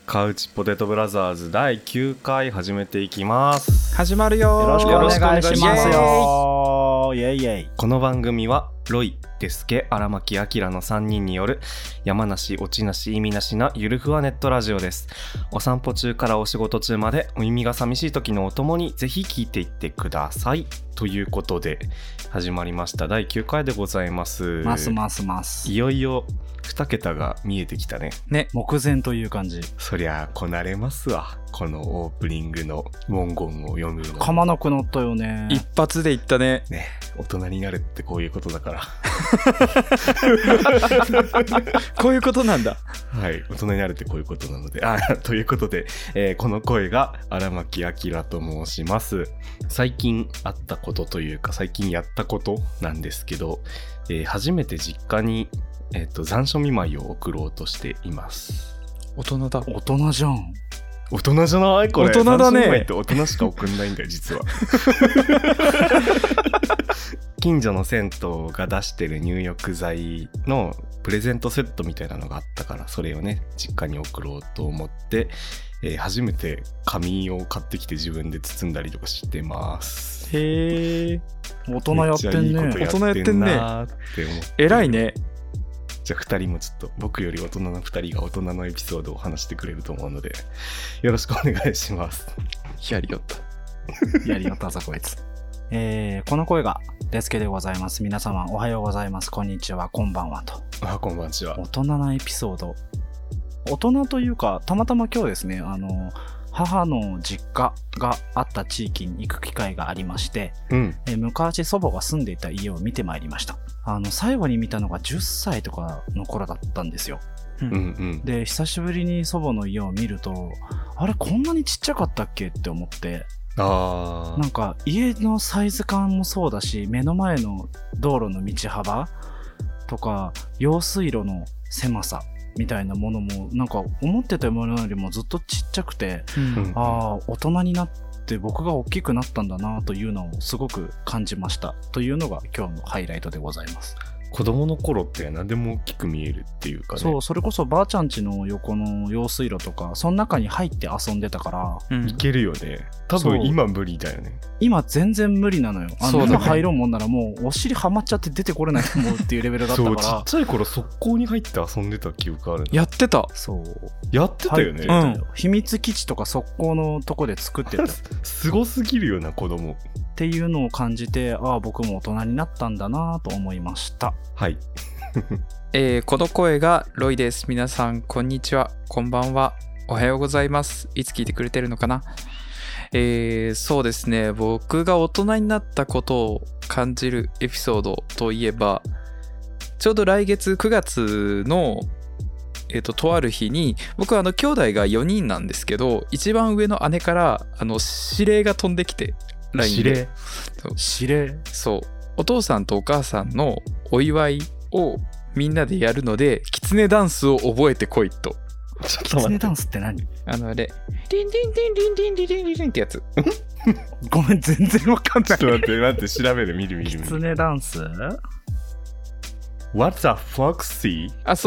カウチポテトブラザーズ第9回始めていきます。 始まるよ。 よろしくお願いしますよ。イエイイエイ。 この番組はロイ、デスケ、荒牧明の3人による山梨、落ちなし、意味なしなゆるふわネットラジオです。お散歩中からお仕事中までお耳が寂しい時のお供にぜひ聞いていってください。ということで始まりました第9回でございます。いよいよ2桁が見えてきたね。 目前という感じ。 そりゃこなれますわ。このオープニングの文言を読むの噛まなくなったよね。 一発で言ったね。 大人になるってこういうことだからこういうことなんだ。 はい、大人になるってこういうことなのでということで、この声が荒牧明と申します。最近あったことというか最近やったことなんですけど、初めて実家に、残暑見舞いを送ろうとしています。 大人だ。 大人じゃん。 大人じゃないこれ。 大人だね。 残暑見舞いって大人しか送んないんだよ実は近所の銭湯が出してる入浴剤のプレゼントセットみたいなのがあったから、それをね実家に送ろうと思って、初めて紙を買ってきて自分で包んだりとかしてます。 へー、 大人やってんね。 大人やってんなって思って。 偉いね。 じゃあ2人もちょっと僕より大人の2人が大人のエピソードを話してくれると思うのでよろしくお願いします。 やりよったやりよったぞこいつ。この声がデスケでございます。皆様おはようございます、こんにちは、こんばんはと。 こんばんちは。 大人なエピソード。大人というかたまたま今日ですね、母の実家があった地域に行く機会がありまして、昔祖母が住んでいた家を見てまいりました。最後に見たのが10歳とかの頃だったんですよ。で久しぶりに祖母の家を見ると、あれこんなにちっちゃかったっけって思って、なんか家のサイズ感もそうだし、目の前の道路の道幅とか用水路の狭さみたいなものもなんか思ってたものよりもずっとちっちゃくて、大人になって僕が大きくなったんだなというのをすごく感じましたというのが今日のハイライトでございます。 子供の頃って何でも大きく見えるっていうかね。 そう、それこそばあちゃん家の横の用水路とかその中に入って遊んでたから、 いけるよね。多分今無理だよね。 今全然無理なのよ。今入ろうもんならもうお尻はまっちゃって出てこれないと思うっていうレベルだったからそう、ちっちゃい頃速攻に入って遊んでた記憶ある。 やってた。 そうやってたよね。 秘密基地とか速攻のとこで作ってたすごすぎるよな子供っていうのを感じて、僕も大人になったんだなと思いました。 はいこの声がロイです。皆さんこんにちは、こんばんは、おはようございます。いつ聞いてくれてるのかな。そうですね、僕が大人になったことを感じるエピソードといえば、ちょうど来月9月のとある日に、僕は兄弟が4人なんですけど、一番上の姉から指令が飛んできて、LINE で指令、 そう、お父さんとお母さんのお祝いをみんなでやるのでキツネダンスを覚えてこいと。 キツネダンスって何？ あれリンリンリンリンリンリンリンリンリンってやつごめん全然わかんない。 ちょっと待って調べる。見るキツネダンス What the foxy？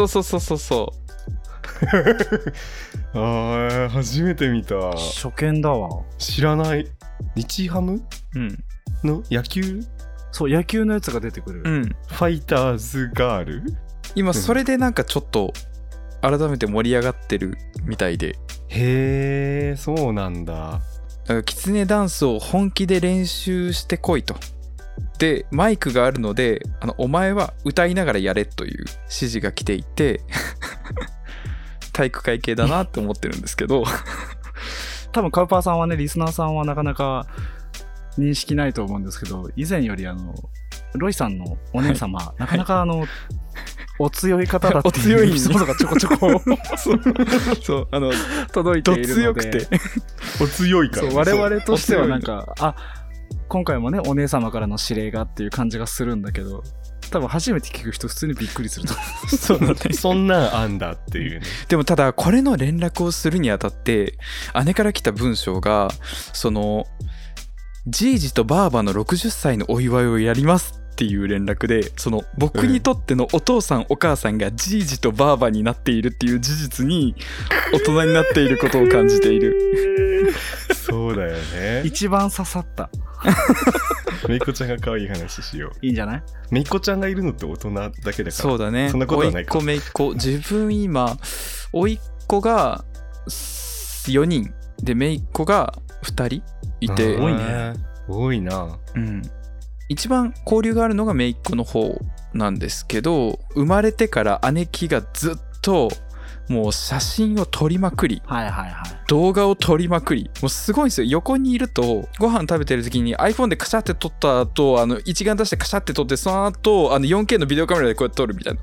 そう初めて見た。 初見だわ。 知らない。日ハムの野球？ そう、野球のやつが出てくる。 ファイターズガール。 今それでなんかちょっと改めて盛り上がってるみたいで。 へー、そうなんだ。 キツネダンスを本気で練習してこいと。でマイクがあるのでお前は歌いながらやれという指示が来ていて体育会系だなって思ってるんですけど多分カウパーさんはね、リスナーさんはなかなか認識ないと思うんですけど、以前よりロイさんのお姉様、なかなかお強い方だっていうエピソードがちょこちょこそう届いているので、 強くてお強いから、 そう我々としてはなんか今回もねお姉様からの指令がっていう感じがするんだけど、多分初めて聞く人普通にびっくりするとそうだねそんなんあんだっていうね。 でもただこれの連絡をするにあたって姉から来た文章がじいじとばあばの60歳のお祝いをやりますっていう連絡で、その僕にとってのお父さんお母さんがじいじとばあばになっているっていう事実に大人になっていることを感じている。 そうだよね。 一番刺さった。 めいこちゃんが可愛い話しよう。 いいんじゃない？ めいこちゃんがいるのって大人だけだから。 そうだね。 そんなことはないか。 おいっ子めいっ子、自分今おいっ子が4人でめいっ子が2人いて、 多いね。 多いな。 うん。一番交流があるのがめいっ子の方なんですけど、生まれてから姉貴がずっともう写真を撮りまくり、 はいはいはい。 動画を撮りまくり、もうすごいんですよ。横にいるとご飯食べてる時に iPhone でカシャって撮った後、一眼出してカシャって撮って、その後4K のビデオカメラでこうやって撮るみたいな。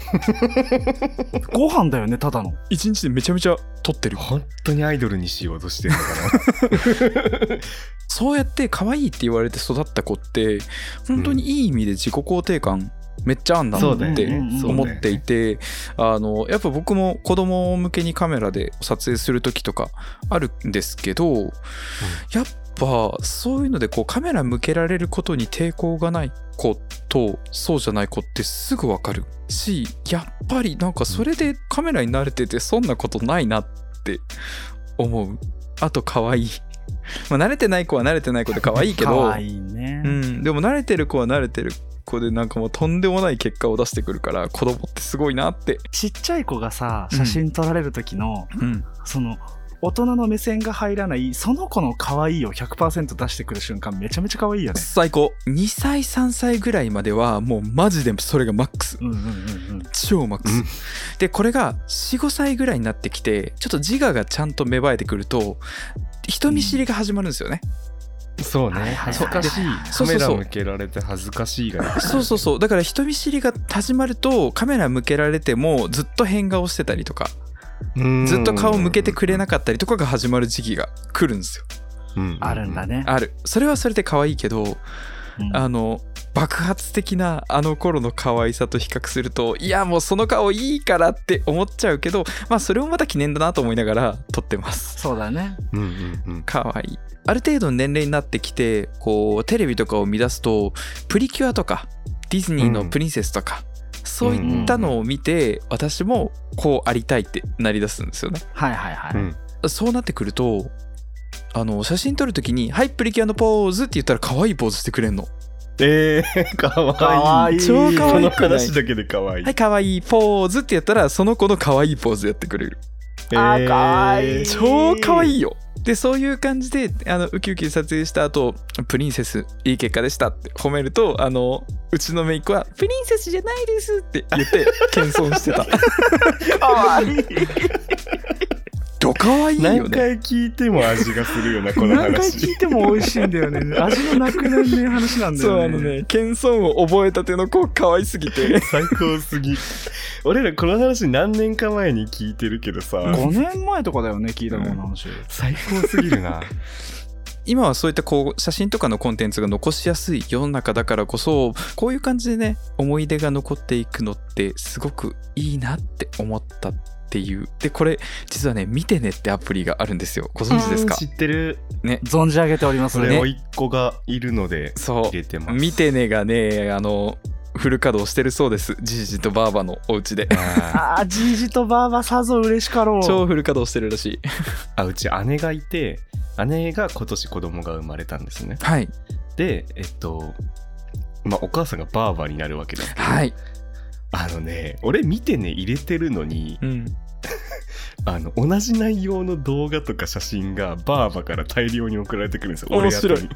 ご飯だよね、ただの。 一日でめちゃめちゃ撮ってる。 本当にアイドルにしようとしてるのかな。 そうやって可愛いって言われて育った子って本当にいい意味で自己肯定感めっちゃあんだなって思っていて、やっぱ僕も子供向けにカメラで撮影する時とかあるんですけど、やっぱそういうのでこうカメラ向けられることに抵抗がない子とそうじゃない子ってすぐ分かるし、やっぱりなんかそれでカメラに慣れててそんなことないなって思う。あと可愛い。まあ慣れてない子は慣れてない子で可愛いけど、 可愛いね。 でも慣れてる子は慣れてる子でなんかもうとんでもない結果を出してくるから、子供ってすごいなって。 ちっちゃい子がさ、写真撮られる時の、その大人の目線が入らないその子の可愛いを 100% 出してくる瞬間めちゃめちゃ可愛いよね。 最高。2歳3歳ぐらいまではもうマジでそれがマックス、超マックス、でこれが 4,5 歳ぐらいになってきてちょっと自我がちゃんと芽生えてくると人見知りが始まるんですよね。 そうね、恥ずかしい。カメラ向けられて恥ずかしいがね。 そうだから人見知りが始まるとカメラ向けられてもずっと変顔してたりとか、ずっと顔向けてくれなかったりとかが始まる時期が来るんですよ。 あるんだね。 ある。それはそれで可愛いけど、爆発的なあの頃の可愛さと比較すると、いやもうその顔いいからって思っちゃうけど、まあそれもまた記念だなと思いながら撮ってます。 そうだね。 可愛い。ある程度の年齢になってきて、こうテレビとかを見出すとプリキュアとかディズニーのプリンセスとか、そういったのを見て、私もこうありたいってなりだすんですよね。そうなってくると写真撮るときにはいプリキュアのポーズって言ったら可愛いポーズしてくれんの。 かわいい。 超可愛い。 この話だけで可愛い。 はい可愛いポーズってやったらその子の可愛いポーズやってくれる。 可愛い。 超可愛いよ。でそういう感じでウキウキ撮影した後、プリンセスいい結果でしたって褒めると、うちの姪っ子はプリンセスじゃないですって言って謙遜してた。 可愛い。 ど可愛いよね。 何回聞いても味がするよなこの話。 何回聞いても美味しいんだよね。味のなくなるね話なんだよね。 そう謙遜を覚えたての子可愛すぎて最高すぎ。俺らこの話何年か前に聞いてるけどさ、 5年前とかだよね聞いたこの話。 最高すぎるな。 今はそういったこう写真とかのコンテンツが残しやすい世の中だからこそ、こういう感じでね思い出が残っていくのってすごくいいなって思ったっていう。でこれ実はね見てねってアプリがあるんですよ。ご存知ですか？ 知ってるね。 存じ上げておりますね。 これ甥っ子がいるので入れてます。 見てねがねフル稼働してるそうです。じいじとばあばのお家で。 じいじとばあばさぞ嬉しかろう。 超フル稼働してるらしい。 うち姉がいて、姉が今年子供が生まれたんですね。 はい。 でお母さんがばあばになるわけだけど、 はい。 俺見てね入れてるのに、同じ内容の動画とか写真がばあばから大量に送られてくるんですよ。 面白い。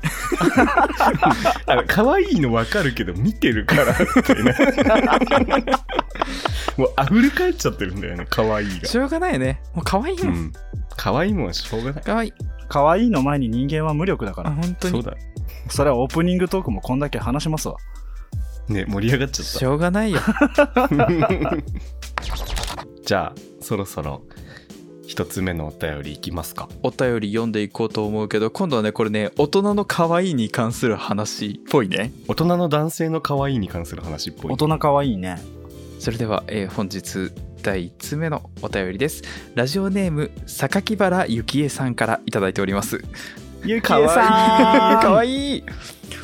可愛いの分かるけど見てるからってね。もう溢れ返っちゃってるんだよね、可愛いが。 しょうがないよね。もう可愛いもん。 可愛いもんはしょうがない。 可愛い。 可愛いの前に人間は無力だから。 本当に。 そうだ。 それはオープニングトークもこんだけ話しますわ。 ね、盛り上がっちゃった。 しょうがないよ。 じゃあそろそろ一つ目のお便りいきますか。 お便り読んでいこうと思うけど、今度はねこれね大人の可愛いに関する話っぽいね。 大人の男性の可愛いに関する話っぽい。 大人可愛いね。 それでは、本日第1つ目のお便りです。ラジオネーム榊原ゆきえさんからいただいております。 ゆきえさんかわいい。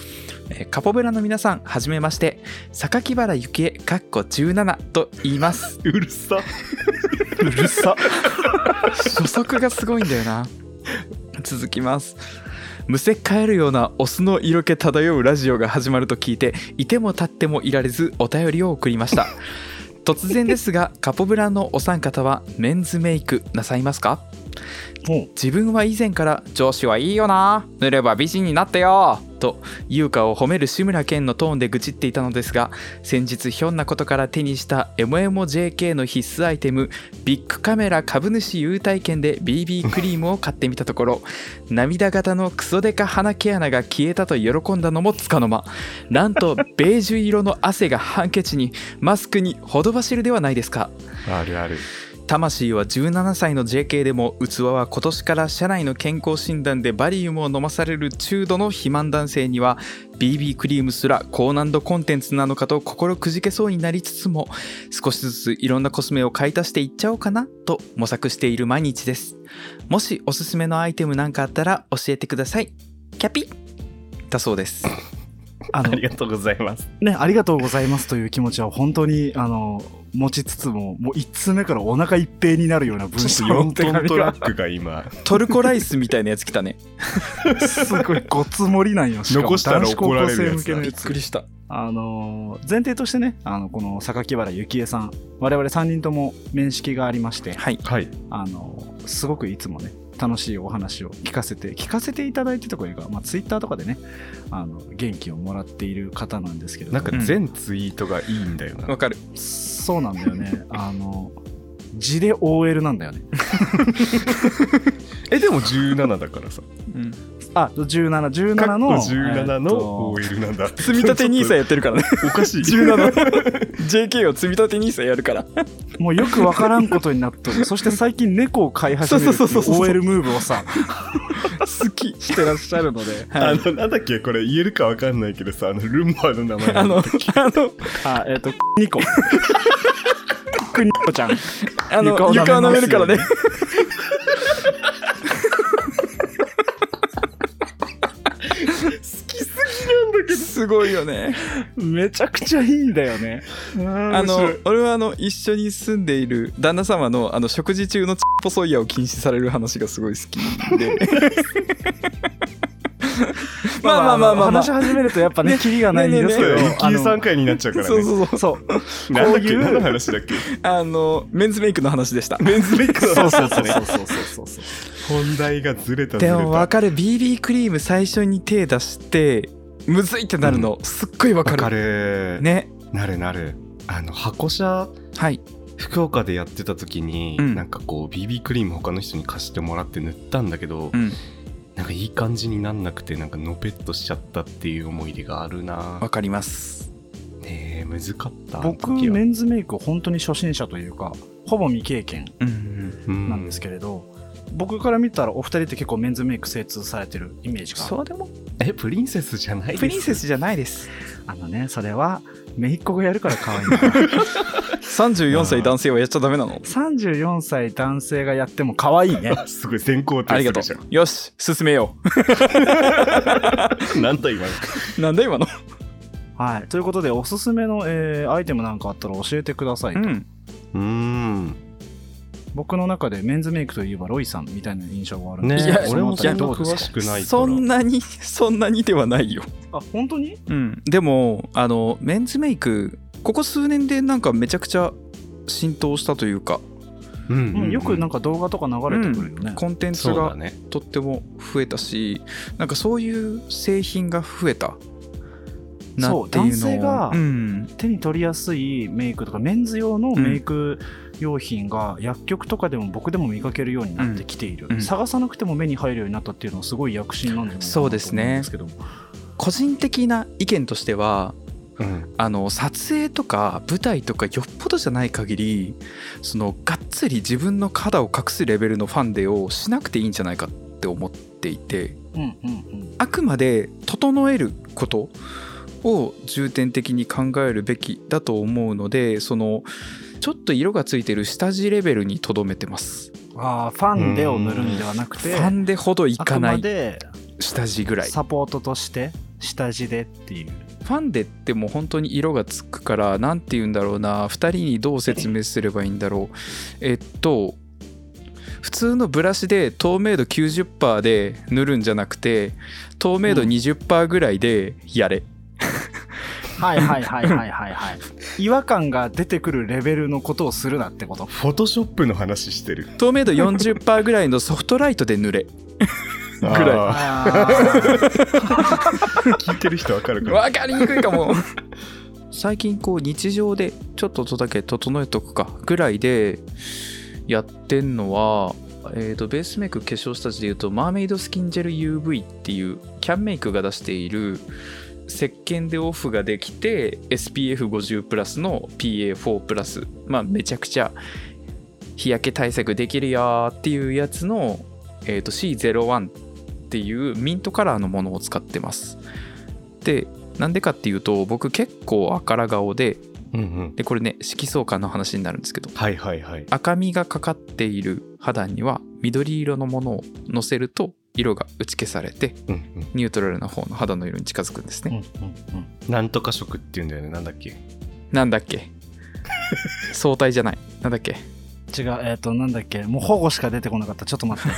カポブラの皆さん、はじめまして。榊原幸恵17と言います。 うるさうるさ初速がすごいんだよな。続きます。むせっ返るようなオスの色気漂うラジオが始まると聞いて、いても立ってもいられずお便りを送りました。突然ですが、カポブラのお三方はメンズメイクなさいますか？自分は以前から上司はいいよな、塗れば美人になってよと優香を褒める志村けんのトーンで愚痴っていたのですが、先日ひょんなことから手にしたエモエモ JK の必須アイテム、ビッグカメラ株主優待券で BB クリームを買ってみたところ、涙型のクソデカ鼻毛穴が消えたと喜んだのもつかの間、なんとベージュ色の汗がハンケチにマスクにほどばしるではないですか。 あるある。 魂は17歳の JK でも、器は今年から社内の健康診断でバリウムを飲まされる中度の肥満男性には BB クリームすら高難度コンテンツなのかと心くじけそうになりつつも、少しずついろんなコスメを買い足していっちゃおうかなと模索している毎日です。もしおすすめのアイテムなんかあったら教えてください。キャピッだそうです。 ありがとうございますね。ありがとうございますという気持ちは本当に持ちつつも、もう1通目からお腹いっぺいになるような文章の手 4トン紙がトラックが今トルコライスみたいなやつ来たね。 すごいごつ盛りなんよ。しかも残したら怒られるやつだ。 男子高校生向けのやつ。 びっくりした。 前提としてね、この榊原幸恵さん、我々3人とも面識がありまして、 はいはい、 すごくいつもね楽しいお話を聞かせていただいてとかいうか、ツイッターとかでね元気をもらっている方なんですけれども、 なんか全ツイートがいいんだよな。 わかる。 そうなんだよね。字で OL なんだよね。 でも17だからさ。 17の 17の OL なんだ。 積み立て NISA やってるからね。 おかしい。 17JK を積み立て NISA やるから。 もうよくわからんことになっとる。そして最近猫を飼い始めるっていう OL ムーブをさ好きしてらっしゃるので、 はい、なんだっけこれ言えるかわかんないけどさ、ルンバの名前ニコクニコちゃん床を舐めるからね。すごいよね。 めちゃくちゃいいんだよね。 俺は一緒に住んでいる旦那様の食事中のチッポソイヤを禁止される話がすごい好きで。まあ話し始めるとやっぱねキリがないんですけど、 一気に3回になっちゃうからね。 そうなんだっけ、何の話だっけ。 メンズメイクの話でした。 メンズメイクの話だったね。 そう本題がずれた。 でも分かる。 BB クリーム最初に手出してむずいってなるの、すっごい分かる。 分かるね。 なる箱車、 はい、 福岡でやってた時に、なんかこう BB クリーム他の人に貸してもらって塗ったんだけど、なんかいい感じになんなくて、なんかのぺっとしちゃったっていう思い出があるな。 わかりますね。難かった。 僕メンズメイク本当に初心者というかほぼ未経験なんですけれど、僕から見たらお二人って結構メンズメイク精通されてるイメージが。 そうでもプリンセスじゃないです。 プリンセスじゃないです。 それは姪っ子がやるから可愛いんだ。 34歳男性はやっちゃダメなの ？34歳男性がやっても可愛いね。 すごい先行ありがとう。よし進めよう。なんだ今の。 はい、ということでおすすめの、アイテムなんかあったら教えてくださいと。僕の中でメンズメイクといえばロイさんみたいな印象があるんで、 俺もそんな詳しくないから。 そんなにではないよ。 本当に？ でもメンズメイクここ数年でなんかめちゃくちゃ浸透したというか、 よくなんか動画とか流れてくるよね。 コンテンツがとっても増えたし、なんかそういう製品が増えたなっていうのを。男性が手に取りやすいメイクとかメンズ用のメイク用品が薬局とかでも僕でも見かけるようになってきている、探さなくても目に入るようになったっていうのはすごい躍進なんじゃないかなと思うんですけど。 個人的な意見としては、撮影とか舞台とかよっぽどじゃない限りがっつり自分の肌を隠すレベルのファンデをしなくていいんじゃないかって思っていて、あくまで整えることを重点的に考えるべきだと思うので、ちょっと色がついてる下地レベルにとどめてます。 ファンデを塗るんではなくて、 ファンデほどいかないあくまで下地ぐらいサポートとして下地でっていう。 ファンデってもう本当に色がつくから、なんて言うんだろうな、2人にどう説明すればいいんだろう。普通のブラシで透明度 90% で塗るんじゃなくて、透明度 20% ぐらいでやれ。 はいはいはいはいはいはい。違和感が出てくるレベルのことをするなってこと。 フォトショップの話してる。 透明度 40% ぐらいのソフトライトで塗れ。ぐらい。 聞いてる人分かるかな。 分かりにくいかも。最近こう日常でちょっとだけ整えとくかぐらいでやってんのは、ベースメイク化粧下地でいうとマーメイドスキンジェル UV っていうキャンメイクが出している石鹸でオフができて SPF50 プラスの PA4 プラス、まあめちゃくちゃ日焼け対策できるよっていうやつの、C01 っていうミントカラーのものを使ってます。で、なんでかっていうと、僕結構赤ら顔で、でこれね色相関の話になるんですけど、赤みがかかっている肌には緑色のものをのせると色が打ち消されて、ニュートラルな方の肌の色に近づくんですね。 なんとか色っていうんだよね。なんだっけ相対じゃない。なんだっけ違う、なんだっけ、もう保護しか出てこなかった。ちょっと待って。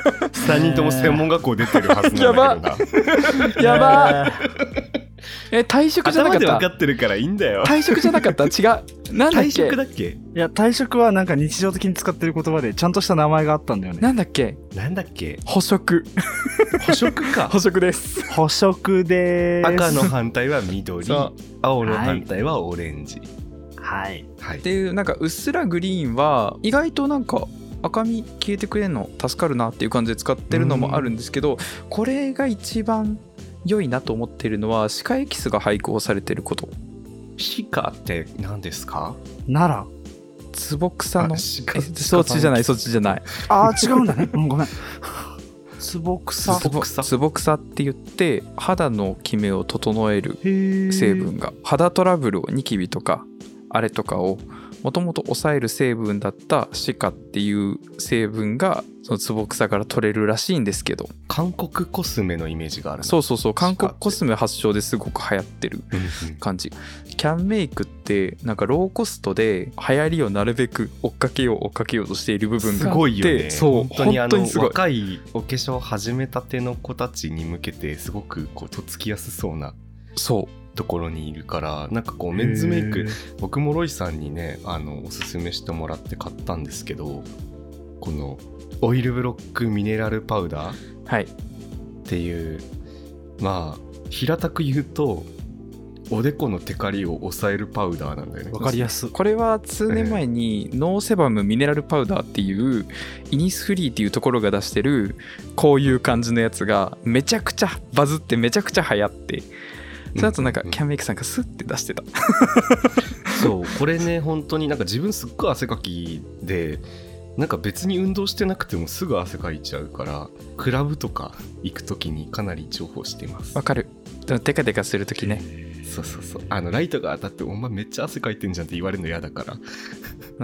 3人とも専門学校出てるはずなんだけどな。 やば退職じゃなかった。 頭で分かってるからいいんだよ。 退職じゃなかった。違う。なんだっけ。 退職だっけ。 いや、退職はなんか日常的に使ってる言葉でちゃんとした名前があったんだよね。 なんだっけ。補色。 補色か。 補色です。 補色でーす。 赤の反対は緑、青の反対はオレンジ。 はい。 っていう、なんかうっすらグリーンは意外となんか赤み消えてくれるの助かるなっていう感じで使ってるのもあるんですけど、これが一番良いなと思っているのは歯科エキスが配合されていること。 歯科って何ですか？ 奈良。 ツボクサのそっちじゃない。 あー違うんだね。ごめん。ツボクサって言って、肌のキメを整える成分が、肌トラブルをニキビとかあれとかをもともと抑える成分だったシカっていう成分がそのツボクサから取れるらしいんですけど、 韓国コスメのイメージがある。 そう韓国コスメ発祥ですごく流行ってる感じ。キャンメイクってなんかローコストで流行りをなるべく追っかけようとしている部分があって、 すごいよね。 そう本当にすごい。 若いお化粧始めたての子たちに向けてすごくこうとっつきやすそうなところにいるから、なんかこうメンズメイク、僕もロイさんにねおすすめしてもらって買ったんですけど、このオイルブロックミネラルパウダーっていう、まあ平たく言うとおでこのテカリを抑えるパウダーなんだよね。 わかりやすい。 これは数年前にノーセバムミネラルパウダーっていうイニスフリーっていうところが出してるこういう感じのやつがめちゃくちゃバズってめちゃくちゃ流行って、その後なんかキャンメイクさんがスッて出してた。 そうこれね本当になんか自分すっごい汗かきで、なんか別に運動してなくてもすぐ汗かいちゃうから、クラブとか行くときにかなり重宝しています。 わかる。テカテカするときね。 そうライトが当たってお前めっちゃ汗かいてんじゃんって言われるの嫌だから。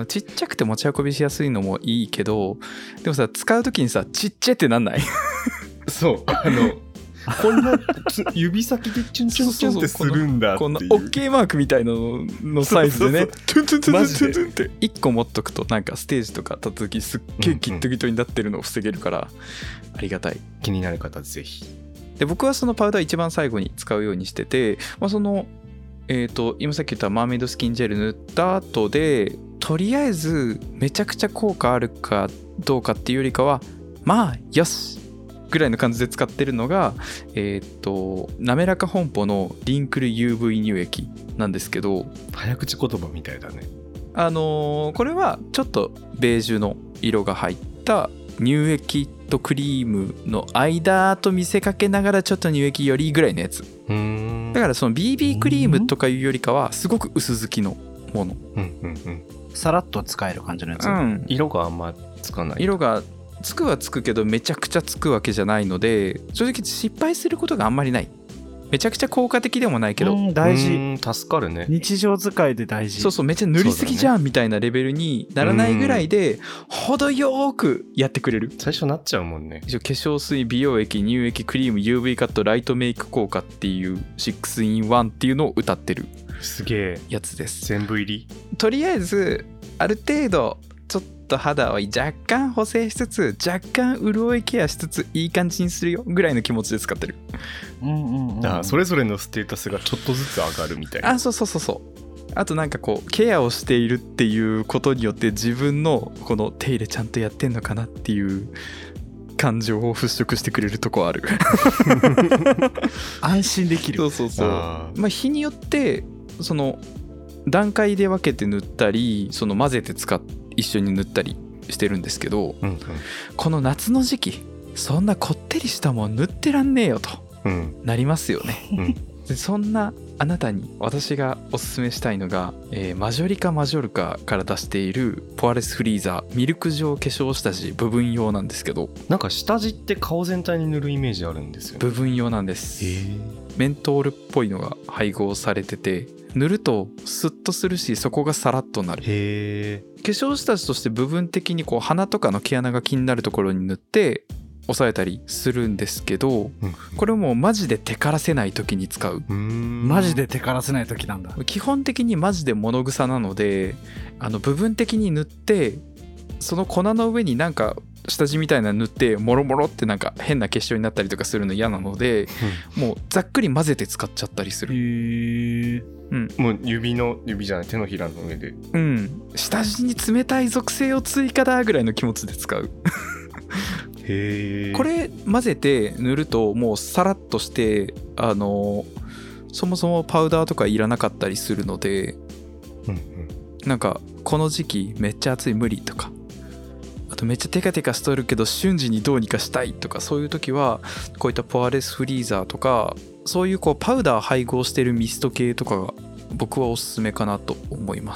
ちっちゃくて持ち運びしやすいのもいいけど、でもさ使うときにさちっちゃってなんない？ そうこんな指先でチュンチュンチュンってするんだっていう、 この OK マークみたいのサイズでね、トゥントゥントゥントゥントゥンって1個持っとくと、なんかステージとか立った時すっげえギットギトになってるのを防げるからありがたい。 気になる方ぜひ。 で僕はそのパウダー一番最後に使うようにしてて、その今さっき言ったマーメイドスキンジェル塗った後で、とりあえずめちゃくちゃ効果あるかどうかっていうよりかは、まあよしぐらいの感じで使ってるのが、なめらか本舗のリンクル UV 乳液なんですけど、 早口言葉みたいだね。 これはちょっとベージュの色が入った乳液とクリームの間と見せかけながらちょっと乳液よりぐらいのやつ。だからその BB クリームとかいうよりかはすごく薄付きのもの。 さらっと使える感じのやつ。 色があんまつかない。 色がつくはつくけどめちゃくちゃつくわけじゃないので、正直失敗することがあんまりないめちゃくちゃ効果的でもないけど、 大事。 助かるね。 日常使いで大事。 そうそう、めっちゃ塗りすぎじゃんみたいなレベルにならないぐらいで程よくやってくれる。 最初なっちゃうもんね。 化粧水、美容液、乳液、クリーム、UV カット、ライトメイク効果っていう6 in 1っていうのを歌ってるすげえやつです。 全部入り。 とりあえずある程度ちょっと肌を若干補正しつつ、若干潤いケアしつつ、いい感じにするよぐらいの気持ちで使ってる。 それぞれのステータスがちょっとずつ上がるみたいな。 そうあとなんかこうケアをしているっていうことによって自分のこの手入れちゃんとやってんのかなっていう感情を払拭してくれるとこある安心できる。 そうまあ日によってその段階で分けて塗ったり、その混ぜて一緒に塗ったりしてるんですけど、この夏の時期そんなこってりしたもん塗ってらんねえよと、なりますよね、でそんなあなたに私がおすすめしたいのが、マジョリカマジョルカから出しているポアレスフリーザーミルク状化粧下地部分用なんですけど、 なんか下地って顔全体に塗るイメージあるんですよね。 部分用なんです。メントールっぽいのが配合されてて、塗るとスッとするし、そこがサラッとなる。化粧下地として部分的にこう鼻とかの毛穴が気になるところに塗って抑えたりするんですけど、これもマジでテカらせない時に使う。 マジでテカらせない時なんだ。 基本的にマジで物草なので、部分的に塗ってその粉の上になんか下地みたいなの塗ってもろもろってなんか変な結晶になったりとかするの嫌なので、もうざっくり混ぜて使っちゃったりする。 もう指じゃない手のひらの上で、 下地に冷たい属性を追加だぐらいの気持ちで使うこれ混ぜて塗るともうサラッとして、そもそもパウダーとかいらなかったりするので、なんかこの時期めっちゃ暑い無理とか、あとめっちゃテカテカしとるけど瞬時にどうにかしたいとか、そういう時はこういったポアレスフリーザーとか、そういうこうパウダー配合してるミスト系とかが僕はおすすめかなと思います。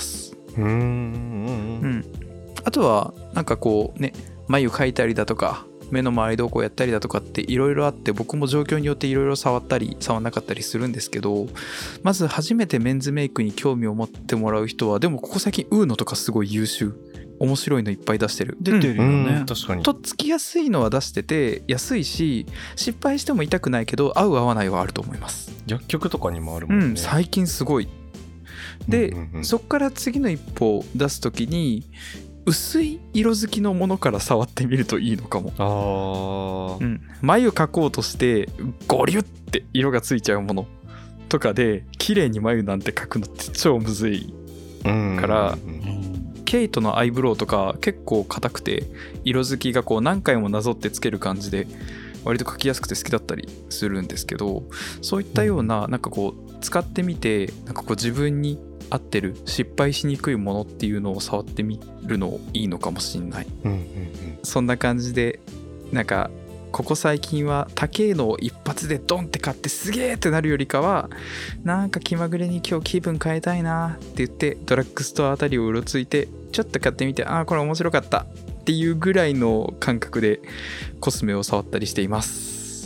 あとはなんかこうね、眉描いたりだとか目の周りどこやったりだとかっていろいろあって、僕も状況によっていろいろ触ったり触んなかったりするんですけど、まず初めてメンズメイクに興味を持ってもらう人は、でもここ最近ウーノとかすごい優秀、面白いのいっぱい出してる。 出てるよね。 確かに。 とっつきやすいのは出してて、安いし失敗しても痛くないけど合う合わないはあると思います。 薬局とかにもあるもんね。 最近すごい。で、そっから次の一歩を出すときに薄い色づきのものから触ってみるといいのかも。眉描こうとしてゴリュって色がついちゃうものとかで綺麗に眉なんて描くのって超むずいから、ケイトのアイブロウとか結構硬くて色づきがこう何回もなぞってつける感じで割と描きやすくて好きだったりするんですけど、そういったようななんかこう使ってみて、なんかこう自分に合ってる失敗しにくいものっていうのを触ってみるのいいのかもしんない。そんな感じで、なんかここ最近は高いのを一発でドンって買ってすげーってなるよりかは、なんか気まぐれに今日気分変えたいなって言ってドラッグストアあたりをうろついてちょっと買ってみて、これ面白かったっていうぐらいの感覚でコスメを触ったりしています。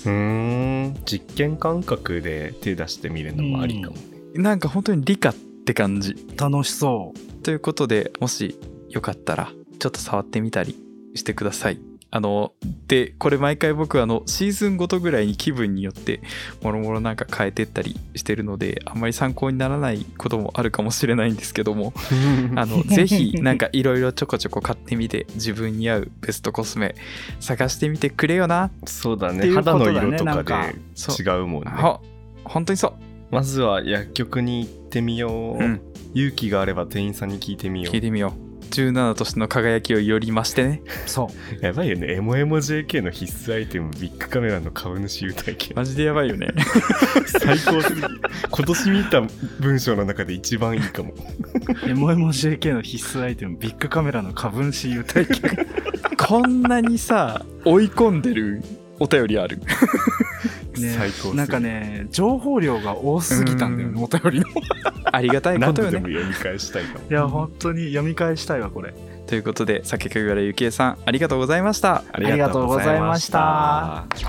実験感覚で手出してみるのもありかもね。 なんか本当に理科って感じ。 楽しそう。 ということで、もしよかったらちょっと触ってみたりしてください。でこれ毎回僕シーズンごとぐらいに気分によってもろもろなんか変えてったりしてるので、あんまり参考にならないこともあるかもしれないんですけどもぜひなんかいろいろちょこちょこ買ってみて、自分に合うベストコスメ探してみてくれよな。 そうだね、肌の色とかで違うもんね。 本当にそう。 まずは薬局に行ってみよう、勇気があれば店員さんに聞いてみよう。 17としての輝きをより増してね。 そうやばいよね。エモエモ JK の必須アイテム、ビッグカメラの株主優待券。 マジでやばいよね最高すぎる。今年見た文章の中で一番いいかも。 エモエモ JK の必須アイテム、ビッグカメラの株主優待券。 こんなにさ追い込んでるお便りあるね、 最高。 なんかね、情報量が多すぎたんだよね、お便りの。 ありがたいことよね。 何度でも読み返したいかも。 いや本当に読み返したいわこれ。 ということで、酒神原ゆきえさんありがとうございました。 ありがとうございました。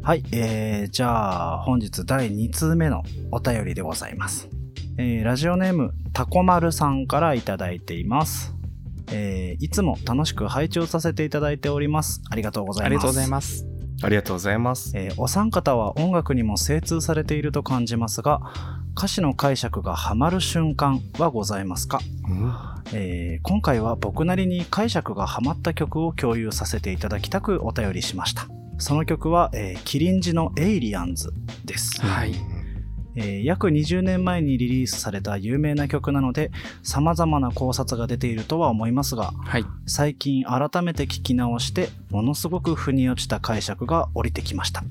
はい、じゃあ本日第2通目のお便りでございます。ラジオネームタコマルさんからいただいています。いつも楽しく拝聴させていただいております。ありがとうございます。 ありがとうございます。 ありがとうございます。 お三方は音楽にも精通されていると感じますが、歌詞の解釈がハマる瞬間はございますか？今回は僕なりに解釈がハマった曲を共有させていただきたくお便りしました。その曲は、キリンジのエイリアンズです。 はい。 約20年前にリリースされた有名な曲なので様々な考察が出ているとは思いますが、 はい、 最近改めて聞き直してものすごく腑に落ちた解釈が降りてきました。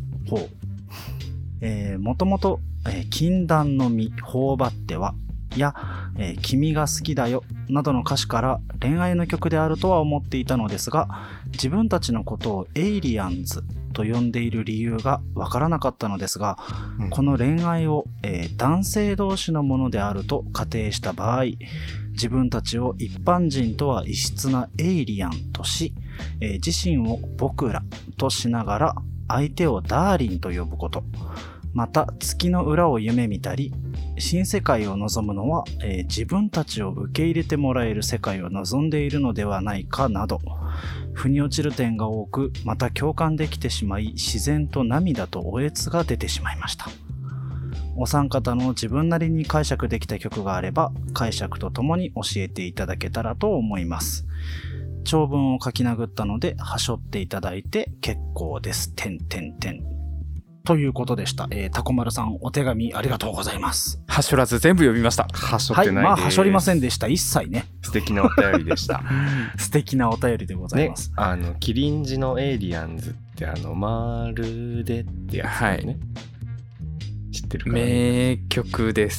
もともと禁断の実頬張ってはや、君が好きだよなどの歌詞から恋愛の曲であるとは思っていたのですが、自分たちのことをエイリアンズと呼んでいる理由がわからなかったのですが、この恋愛を、男性同士のものであると仮定した場合、自分たちを一般人とは異質なエイリアンとし、自身を僕らとしながら相手をダーリンと呼ぶこと、また月の裏を夢見たり新世界を望むのは、自分たちを受け入れてもらえる世界を望んでいるのではないかなど、腑に落ちる点が多く、また共感できてしまい、自然と涙とおえつが出てしまいました。お三方の自分なりに解釈できた曲があれば解釈とともに教えていただけたらと思います。長文を書き殴ったのではしょっていただいて結構です。ということでした。タコマルさん、お手紙ありがとうございます。 はしょらず全部読みました。 はしょってないです。 はい、まあはしょりませんでした。一切ね。 素敵なお便りでした。 素敵なお便りでございます。 ね、キリンジのエイリアンズってまるでってやつだよね。はい、知ってるかな？ 名曲です。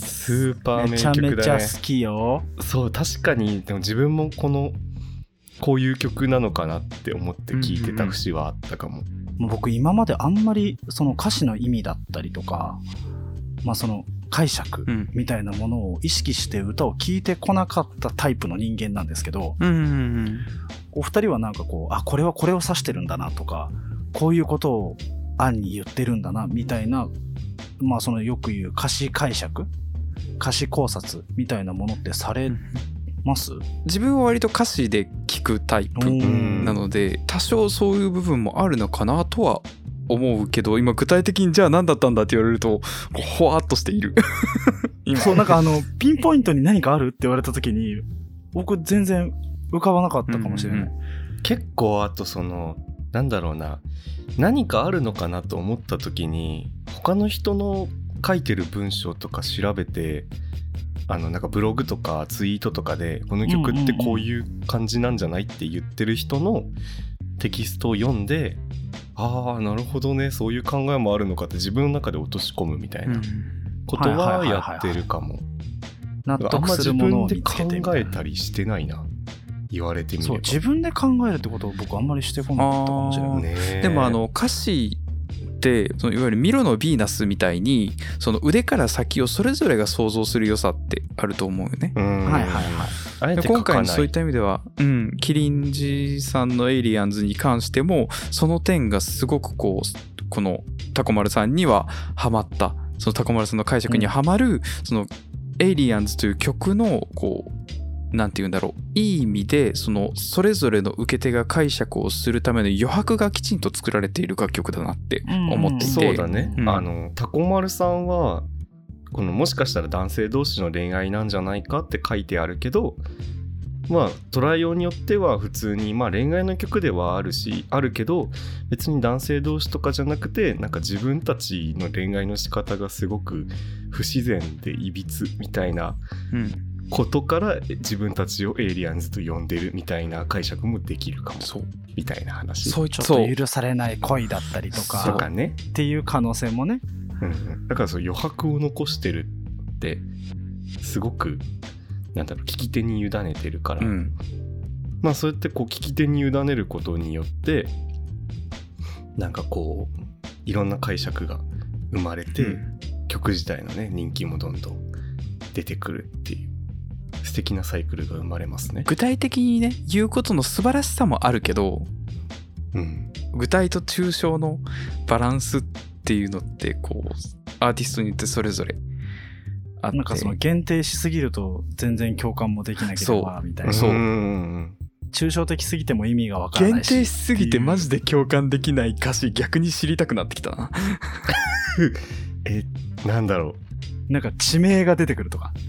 スーパー名曲だね。 めちゃめちゃ好きよ。 そう、確かに。でも自分もこういう曲なのかなって思って聴いてた節はあったかも。 僕今まであんまりその歌詞の意味だったりとか、まあその解釈みたいなものを意識して歌を聴いてこなかったタイプの人間なんですけど、お二人はなんかこう、これはこれを指してるんだなとか、こういうことを暗に言ってるんだなみたいな、まあそのよく言う歌詞解釈、歌詞考察みたいなものってされます？ 自分は割と歌詞で聞くタイプなので多少そういう部分もあるのかなとは思うけど、今具体的にじゃあ何だったんだって言われるとほわっとしているそう、なんかピンポイントに何かあるって言われた時に僕全然浮かばなかったかもしれない。 結構あとなんだろうな、何かあるのかなと思った時に他の人の書いてる文章とか調べて、なんかブログとかツイートとかでこの曲ってこういう感じなんじゃないって言ってる人のテキストを読んで、ああなるほどね、そういう考えもあるのかって自分の中で落とし込むみたいなことはやってるかも。 納得するものを見つけてみたいな。 あんま自分で考えたりしてないな、言われてみれば。そう、 自分で考えるってことを僕あんまりしてこなかったかもしれない。 でも歌詞でいわゆるミロのヴィーナスみたいにその腕から先をそれぞれが想像する良さってあると思うよね。今回のそういった意味では、キリンジさんのエイリアンズに関してもその点がすごくこのタコマルさんにはハマった、そのタコマルさんの解釈にハマる、そのエイリアンズという曲のなんて言うんだろう、いい意味でそれぞれの受け手が解釈をするための余白がきちんと作られている楽曲だなって思っていて、 そうだね、タコマルさんはもしかしたら男性同士の恋愛なんじゃないかって書いてあるけど、まあ捉えようによっては普通に恋愛の曲ではあるけど、別に男性同士とかじゃなくて、なんか自分たちの恋愛の仕方がすごく不自然でいびつみたいなことから自分たちをエイリアンズと呼んでるみたいな解釈もできるかも、みたいな話。 そう、ちょっと許されない恋だったりとかねっていう可能性もね、 だから余白を残してるってすごく聞き手に委ねてるから、そうやって聞き手に委ねることによっていろんな解釈が生まれて、曲自体のね人気もどんどん出てくるっていう素敵なサイクルが生まれますね。 具体的にね言うことの素晴らしさもあるけど、 具体と抽象のバランスっていうのってこうアーティストによってそれぞれあって、 なんかその限定しすぎると全然共感もできなければみたいな。 そう抽象的すぎても意味がわからないし、 限定しすぎてマジで共感できない歌詞逆に知りたくなってきたな。 なんだろう。なんか地名が出てくるとか。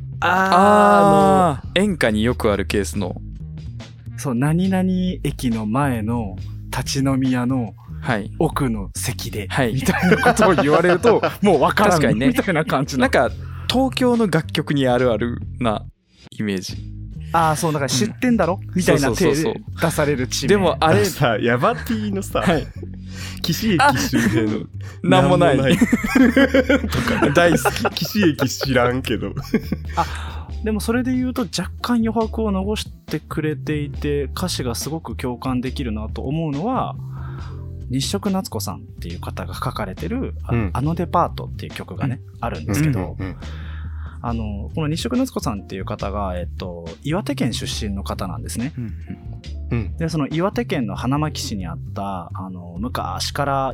演歌によくあるケースの。 そう、何々駅の前の立ち飲み屋の奥の席で、 はい、 みたいなことを言われると、もうわからない、ね、みたいな感じなんか東京の楽曲にあるあるなイメージ。 そう、だから知ってんだろ、みたいな手で出される地名。 でもあれさ、ヤバティのさ、岸駅周辺のなんもないとか大好き。 岸駅知らんけど。 でもそれで言うと若干余白を残してくれていて、歌詞がすごく共感できるなと思うのは、日食夏子さんっていう方が書かれてるあのデパートっていう曲がね、あるんですけど、この日食夏子さんっていう方が、岩手県出身の方なんですね。で、その岩手県の花巻市にあった、昔から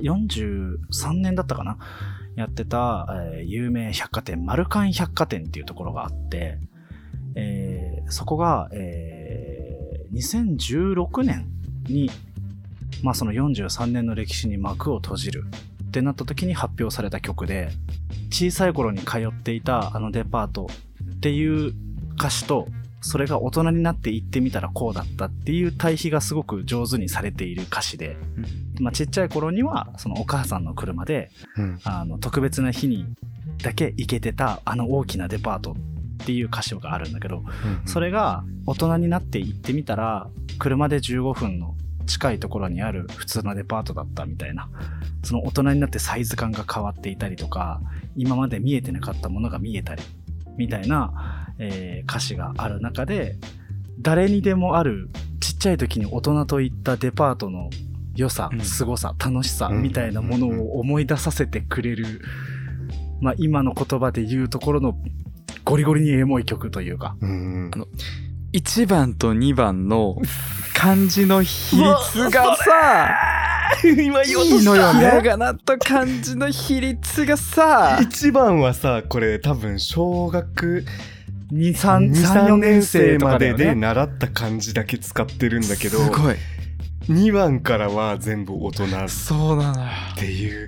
43年だったかな、やってた、有名百貨店、マルカン百貨店っていうところがあって、そこが、2016年に、その43年の歴史に幕を閉じるってなった時に発表された曲で、小さい頃に通っていたあのデパートっていう歌詞と、それが大人になって行ってみたらこうだったっていう対比がすごく上手にされている歌詞で、ちっちゃい頃にはそのお母さんの車で、特別な日にだけ行けてたあの大きなデパートっていう歌詞があるんだけど、それが大人になって行ってみたら車で15分の近いところにある普通のデパートだったみたいな、その大人になってサイズ感が変わっていたりとか、今まで見えてなかったものが見えたりみたいな、歌詞がある中で、誰にでもあるちっちゃい時に大人と行ったデパートの良さ、凄さ、楽しさみたいなものを思い出させてくれる、今の言葉で言うところのゴリゴリにエモい曲というか、 1番と2番の漢字の比率がさ今言おうとしたいいのよね。ひらがなと漢字の比率がさ、 1番はさ、これ多分小学 2、3年生までで習った漢字だけ使ってるんだけど、 すごい。 2番からは全部大人そうなのっていう、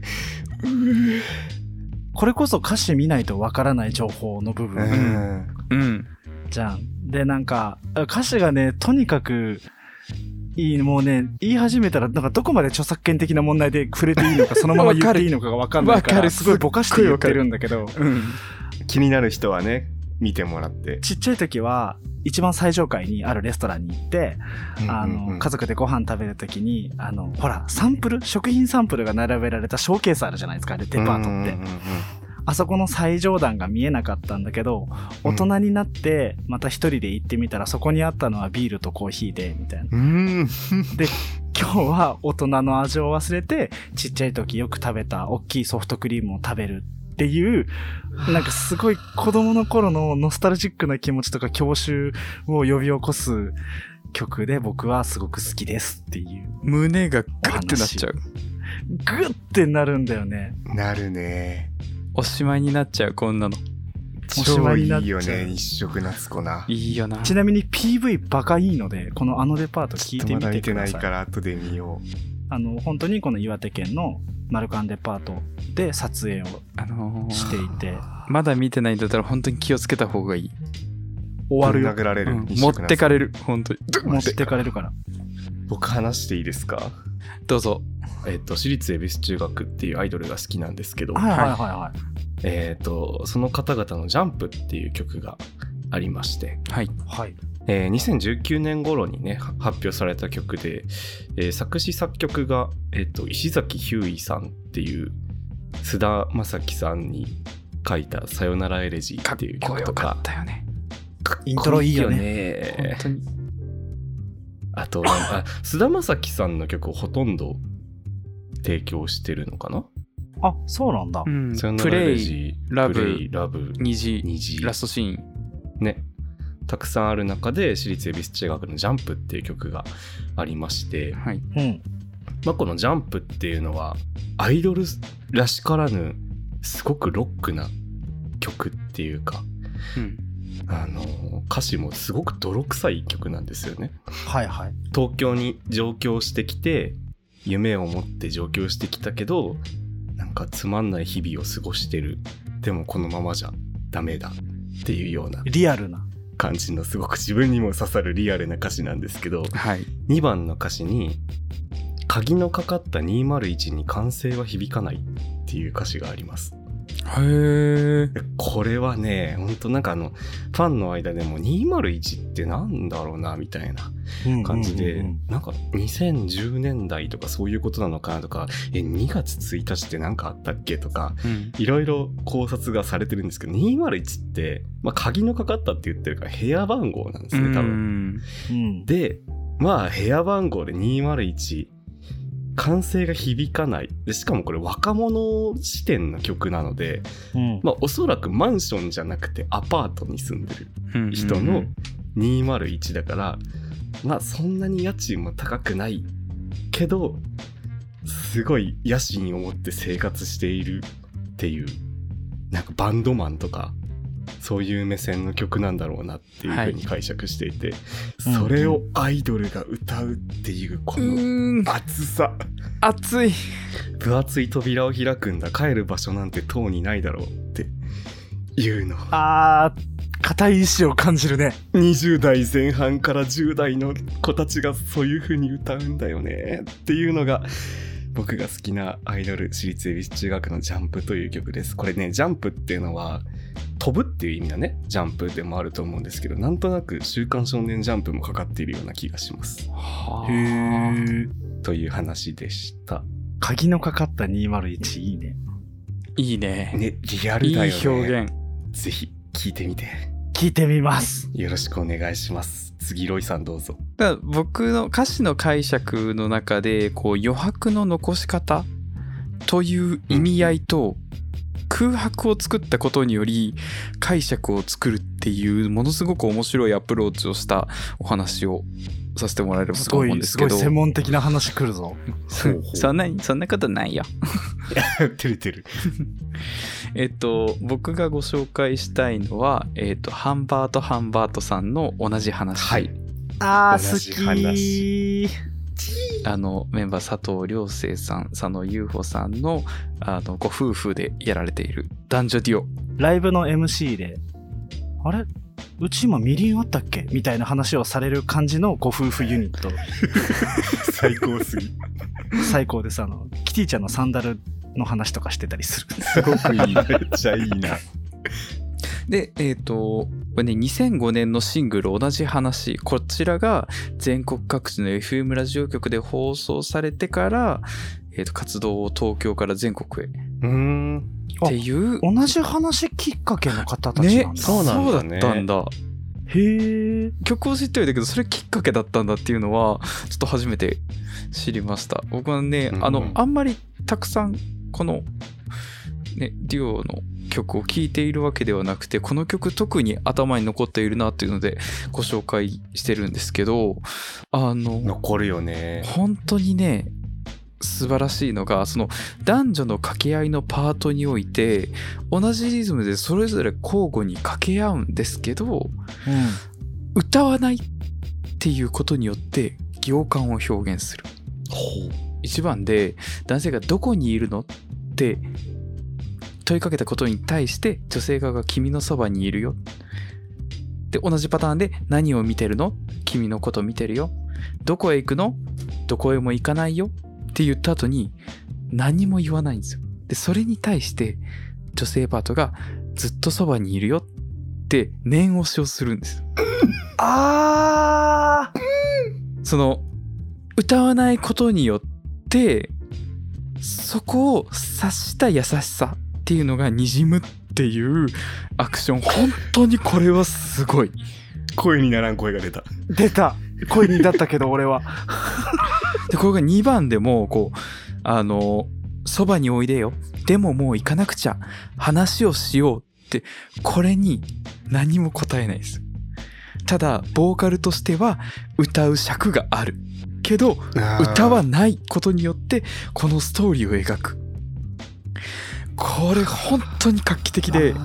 これこそ歌詞見ないとわからない情報の部分、じゃん。で、なんか歌詞がね、とにかくいい、もうね、言い始めたらなんかどこまで著作権的な問題で触れていいのかそのまま言っていいのかが分かんないからすごいぼかして言ってるんだけど、 気になる人はね見てもらって。 ちっちゃい時は一番最上階にあるレストランに行って、家族でご飯食べる時にほらサンプル、食品サンプルが並べられたショーケースあるじゃないですか、デパートって。あそこの最上段が見えなかったんだけど、大人になってまた一人で行ってみたらそこにあったのはビールとコーヒーでみたいな。で、今日は大人の味を忘れてちっちゃい時よく食べた大きいソフトクリームを食べるっていう、なんかすごい子供の頃のノスタルジックな気持ちとか郷愁を呼び起こす曲で、僕はすごく好きですっていう。 胸がグッてなっちゃう。 グッてなるんだよね。 なるね。 おしまいになっちゃう、こんなの。 超いいよね、日食夏子な。 いいよな。 ちなみに PV バカいいので、このあのデパート聞いてみてください。 まだ見てないから後で見よう。本当にこの岩手県のマルカンデパートで撮影をしていて、 まだ見てないんだったら本当に気をつけた方がいい。 終わるよ。 殴られる、 持ってかれる、本当に持ってかれるから。 僕話していいですか？ どうぞ。 私立恵比寿中学っていうアイドルが好きなんですけど、その方々のジャンプっていう曲がありまして、2019年頃にね発表された曲で、作詞作曲が、石崎ひゅーいさんっていう菅田将暉さんに書いたさよならエレジーっていう曲とか。 かっこよかったよね。 イントロいいよね。 本当に。 あと菅田将暉さんの曲をほとんど提供してるのかな。 あ、そうなんだ。 プレイ、ラブ、虹、ラストシーンね、たくさんある中で私立恵比寿中学のジャンプっていう曲がありまして、 このジャンプっていうのはアイドルらしからぬすごくロックな曲っていうか、歌詞もすごく泥臭い曲なんですよね。 はいはい。 東京に上京してきて夢を持って上京してきたけど、なんかつまんない日々を過ごしてる、でもこのままじゃダメだっていうようなリアルな感じのすごく自分にも刺さるリアルな歌詞なんですけど、 はい、 2番の歌詞に鍵のかかった201に歓声は響かないっていう歌詞があります。 へー。 これはね、ほんとなんかファンの間でも201ってなんだろうなみたいな感じで、なんか2010年代とかそういうことなのかなとか、2月1日ってなんかあったっけとか、いろいろ考察がされてるんですけど、201って、鍵のかかったって言ってるから部屋番号なんですね、多分。で、部屋番号で201、歓声が響かないで、しかもこれ若者視点の曲なので、おそらくマンションじゃなくてアパートに住んでる人の201だから、そんなに家賃も高くないけどすごい野心を持って生活しているっていう、なんかバンドマンとかそういう目線の曲なんだろうなっていう風に解釈していて、それをアイドルが歌うっていうこの熱さ、 熱い、 分厚い扉を開くんだ、帰る場所なんてとうにないだろうっていうの、 固い意志を感じるね。 20代前半から10代の子たちがそういう風に歌うんだよねっていうのが僕が好きなアイドル私立恵比寿中学のジャンプという曲です。これね、ジャンプっていうのは飛ぶっていう意味だね、ジャンプでもあると思うんですけど、なんとなく週刊少年ジャンプもかかっているような気がします。という話でした。 鍵のかかった201、いいね。 いいね。 ね、リアルだよね。 いい表現。 ぜひ聞いてみて。 聞いてみます。 よろしくお願いします。次ロイさんどうぞ。 だから僕の歌詞の解釈の中で余白の残し方という意味合いと、空白を作ったことにより解釈を作るっていうものすごく面白いアプローチをしたお話をさせてもらえればと思うんですけど、 すごい専門的な話来るぞ。 そんなことないよ。 てる僕がご紹介したいのは、ハンバートさんの同じ話。 はい。 好き。 メンバー佐藤亮生さん、佐野優穂さんのご夫婦でやられている男女デュオ。 ライブの MC で、あれうち今みりんあったっけみたいな話をされる感じのご夫婦ユニット。 最高すぎ。 最高です。キティちゃんのサンダルの話とかしてたりする。 すごくいい。 めっちゃいいな。 で、これね、2005年のシングル同じ話、こちらが全国各地の FM ラジオ局で放送されてから、活動を東京から全国へっていう、 同じ話きっかけの方たちなんだ。 そうだったんだ。 へえ。 曲を知ってはいたけど、それきっかけだったんだっていうのはちょっと初めて知りました。僕はね、あんまりたくさんこのねデュオの曲を聴いているわけではなくて、この曲特に頭に残っているなっていうのでご紹介してるんですけど、 残るよね。 本当にね素晴らしいのが、その男女の掛け合いのパートにおいて同じリズムでそれぞれ交互に掛け合うんですけど、歌わないっていうことによって行間を表現する。1番で男性がどこにいるのって問いかけたことに対して女性側が君のそばにいるよ。で、同じパターンで何を見てるの？君のこと見てるよ。どこへ行くの？どこへも行かないよって言った後に何も言わないんですよ。で、それに対して女性パートがずっとそばにいるよって念押しをするんです。その歌わないことによってそこを察した優しさっていうのが滲むっていうアクション、本当にこれはすごい。 声にならん声が出た声になったけど俺はでこれが2番でもそばにおいでよ、でももう行かなくちゃ、話をしようって、これに何も答えないです。ただボーカルとしては歌う尺がある。 けど歌はないことによってこのストーリーを描く。これ本当に画期的で、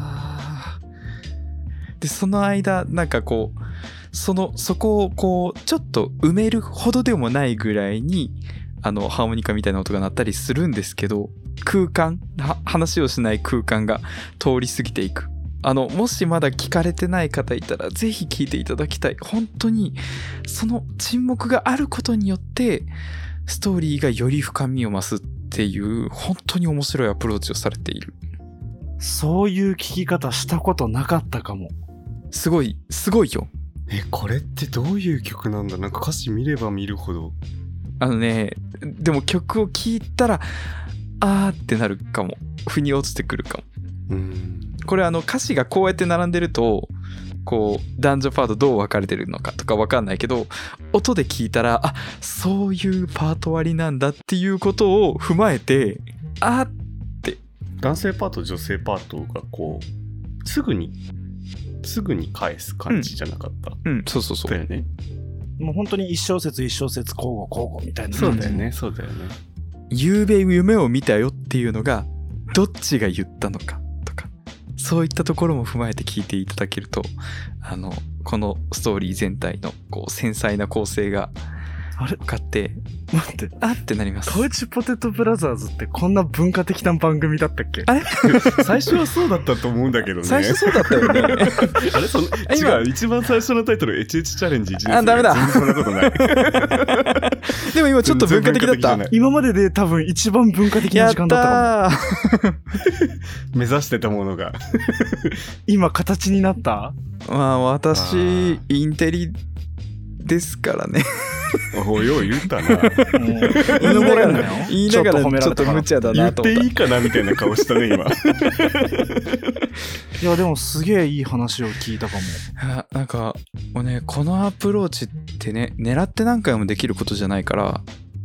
その間なんかこうそこをこうちょっと埋めるほどでもないぐらいにハーモニカみたいな音が鳴ったりするんですけど、話をしない空間が通り過ぎていく。もしまだ聞かれてない方いたらぜひ聞いていただきたい。本当にその沈黙があることによってストーリーがより深みを増すっていう本当に面白いアプローチをされている。 そういう聞き方したことなかったかも。すごいよ。 これってどういう曲なんだ。なんか歌詞見れば見るほどでも曲を聴いたらあーってなるかも。腑に落ちてくるかも。これ歌詞がこうやって並んでるとこう男女パートどう分かれてるのかとか分かんないけど、音で聞いたらそういうパート割りなんだっていうことを踏まえてって男性パート女性パートがこうすぐに返す感じじゃなかった。 そうだよね。 もう本当に一小節一小節交互みたいな。 そうだよね。 夕べ夢を見たよっていうのがどっちが言ったのかとか、そういったところも踏まえて聞いていただけるとこのストーリー全体のこう繊細な構成が分かって待ってってなります。 カウチポテトブラザーズってこんな文化的な番組だったっけ？ あれ最初はそうだったと思うんだけどね。 最初そうだったよね。 違う、一番最初のタイトル HH チャレンジ1年生。 ダメだ。 全然そんなことない。 でも今ちょっと文化的だった。 今までで多分一番文化的な時間だったかも。 目指してたものが今形になった。 私インテリですからね。 およう言ったな。 言いながらちょっと無茶だなと思った。 言っていいかなみたいな顔したね今。 いやでもすげえいい話を聞いたかも。 なんかもうね、このアプローチってね、狙って何回もできることじゃないから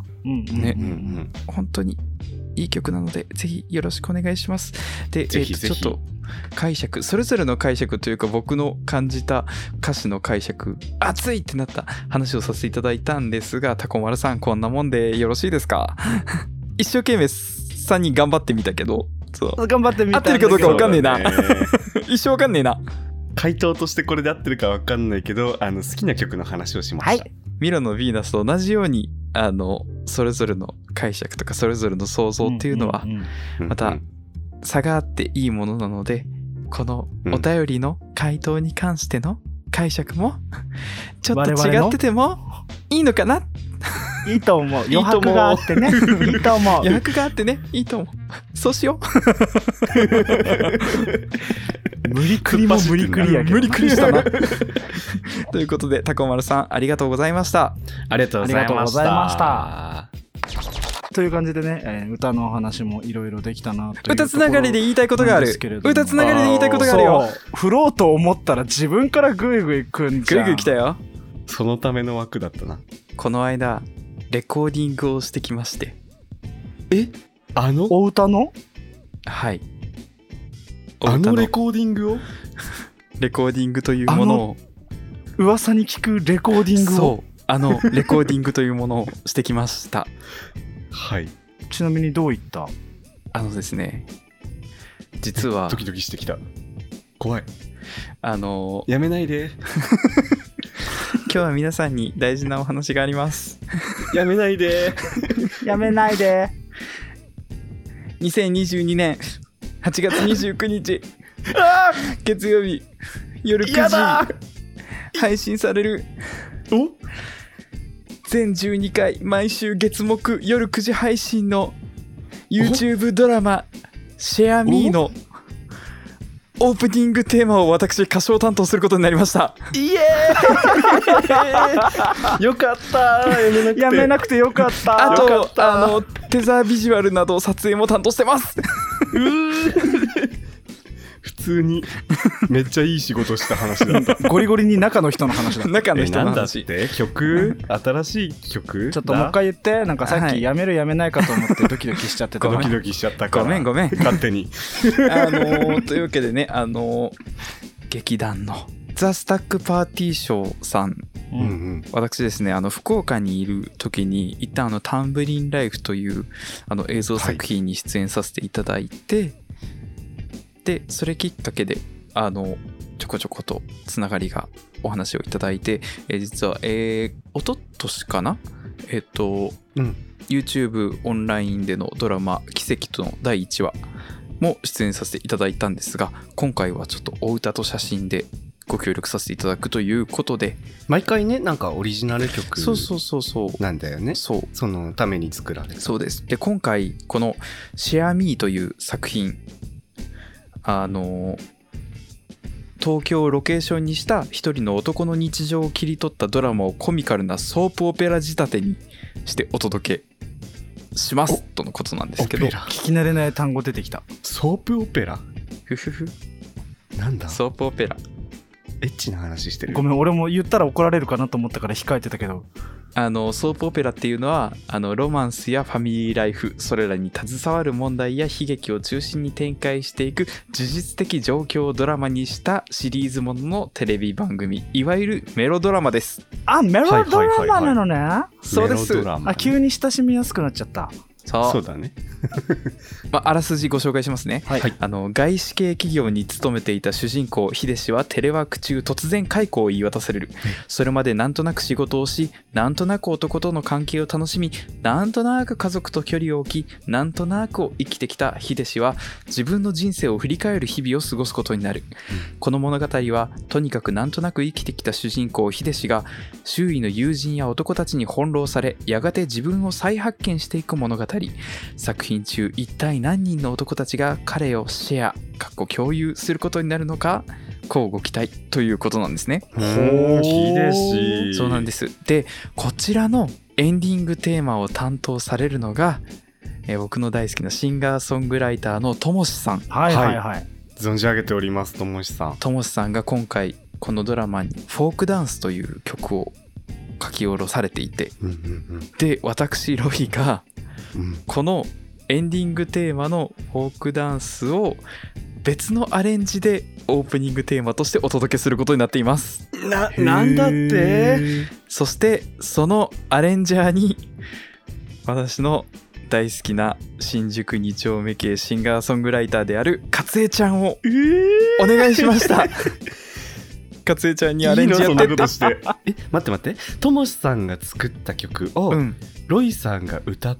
本当にいい曲なのでぜひよろしくお願いします。で、ちょっと解釈、それぞれの解釈というか僕の感じた歌詞の解釈、熱いってなった話をさせていただいたんですが、タコ丸さんこんなもんでよろしいですか？一生懸命3人頑張ってみたけど、 頑張ってみた合ってるかどうか分かんねえな。一生分かんねえな。 回答としてこれで合ってるか分かんないけど、好きな曲の話をしました。 ミロのヴィーナスと同じようにそれぞれの解釈とかそれぞれの想像っていうのはまた差があっていいものなので、このお便りの回答に関しての解釈もちょっと違っててもいいのかな。 いいと思う。余白があってね。いいと思う。 余白があってね。いいと思う。そうしよう。 無理くりも無理くりやけど。 無理くりしたな。ということで、タコ丸さんありがとうございました。 ありがとうございました。 という感じでね、歌のお話もいろいろできたなというところ。 歌つながりで言いたいことがある。歌つながりで言いたいことがあるよ。 振ろうと思ったら自分からグイグイくんじゃん。 グイグイ来たよ。 そのための枠だったな。 この間レコーディングをしてきまして。 お歌の？ はい。 レコーディングを？ レコーディングというものを噂に聞くレコーディングを？ そう、レコーディングというものをしてきました。 はい。 ちなみにどういった？ ですね、実はドキドキしてきた。怖い。 やめないで。 今日は皆さんに大事なお話があります。 やめないで。 やめないで。 2022年8月29日月曜日夜9時配信される全12回毎週月木夜9時配信の YouTube ドラマシェアミーのオープニングテーマを私歌唱担当することになりました。 イエーイよかった。やめなくてよかった。 あとテザービジュアルなど撮影も担当してます。 普通にめっちゃいい仕事した話だった。 ゴリゴリに中の人の話だった。 中の人の話。 なんだって曲新しい曲ちょっともう一回言って。なんかさっきやめるやめないかと思ってドキドキしちゃってた。 ドキドキしちゃったから。 ごめん勝手に。 というわけでね、劇団のザ・スタックパーティーショーさん、 うんうん、 私ですね福岡にいる時に一旦タンブリンライフという映像作品に出演させていただいて、はい、でそれきっかけでちょこちょことつながりがお話をいただいて、実は一昨年かなYouTube オンラインでのドラマ奇跡との第1話も出演させていただいたんですが、今回はちょっとお歌と写真でご協力させていただくということで、 毎回ねなんかオリジナル曲なんだよね。 そのために作られた。 そうです。で今回このシェアミーという作品東京をロケーションにした一人の男の日常を切り取ったドラマをコミカルなソープオペラ仕立てにしてお届けしますとのことなんですけど、 聞き慣れない単語出てきた。 ソープオペラふふふなんだソープオペラエッチな話してる。 ごめん俺も言ったら怒られるかなと思ったから控えてたけど、 ソープオペラっていうのはロマンスやファミリーライフそれらに携わる問題や悲劇を中心に展開していく呪術的状況をドラマにしたシリーズもののテレビ番組、いわゆるメロドラマです。 あ、メロドラマなのね、 そうです。 急に親しみやすくなっちゃった。 そうだねあらすじご紹介しますね、はい、外資系企業に勤めていた主人公秀氏はテレワーク中突然解雇を言い渡される。それまでなんとなく仕事をし、なんとなく男との関係を楽しみ、なんとなく家族と距離を置き、なんとなくを生きてきた秀氏は自分の人生を振り返る日々を過ごすことになる、この物語はとにかくなんとなく生きてきた主人公秀氏が周囲の友人や男たちに翻弄され、やがて自分を再発見していく物語。作品中一体何人の男たちが彼をシェア共有することになるのか、乞うご期待ということなんですね。 秀氏。 そうなんです。でこちらのエンディングテーマを担当されるのが、僕の大好きなシンガーソングライターのともしさん。 はいはいはい、 存じ上げております。ともしさん。 ともしさんが今回このドラマにフォークダンスという曲を書き下ろされていて、で私ロイがこのエンディングテーマのフォークダンスを別のアレンジでオープニングテーマとしてお届けすることになっています。 なんだって。 そしてそのアレンジャーに私の大好きな新宿2丁目系シンガーソングライターである勝江ちゃんをお願いしました勝江ちゃんにアレンジやってった。 待ってともしさんが作った曲を、ロイさんが歌って、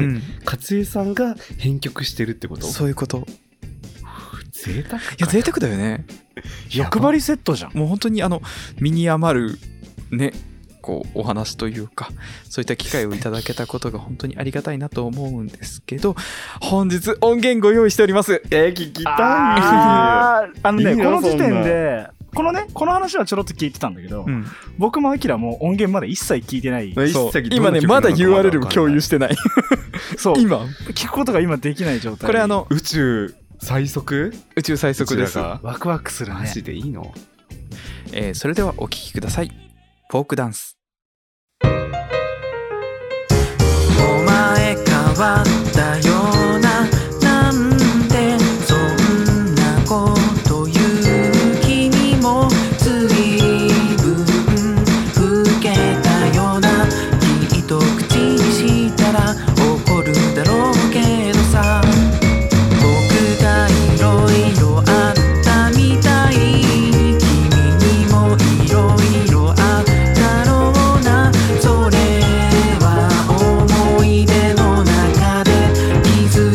勝江さんが編曲してるってこと？ そういうこと。 贅沢か。 いや贅沢だよね。 欲張りセットじゃん。 もう本当に身に余るねこうお話というか、そういった機会をいただけたことが本当にありがたいなと思うんですけど、本日音源ご用意しております。 聞きたい。 この時点でこの話はちょろっと聞いてたんだけど、僕もアキラも音源まだ一切聞いてない。 今ねまだ URL を共有してないそう今聞くことが今できない状態。 これ宇宙最速です。 ワクワクするね。 マジでいいの？ それではお聴きください。フォークダンス。 お前変わったような、なんてそんなこと言う君も随分老けたような、きっと口にしたら怒るだろうけどさ、僕がいろいろあったみたい、君にもいろいろあったろうな、それは思い出の中で傷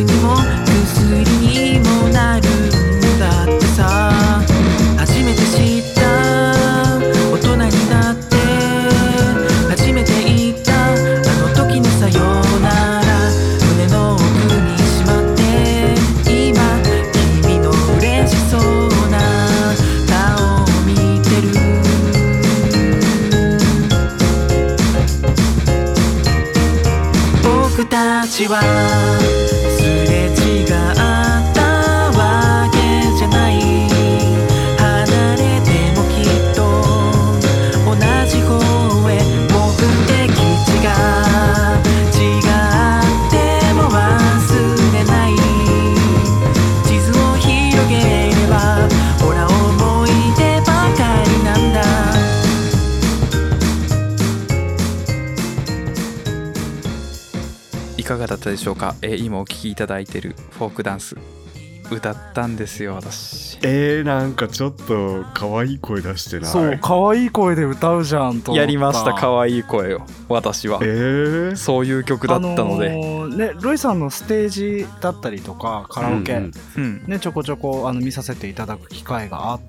ったでしょうか。今お聴きいただいてるフォークダンス歌ったんですよ私。 なんかちょっと可愛い声出してない？ そう可愛い声で歌うじゃんと思った。 やりました可愛い声を私は、そういう曲だったので、 ね、ロイさんのステージだったりとかカラオケ、ね、ちょこちょこ見させていただく機会があって、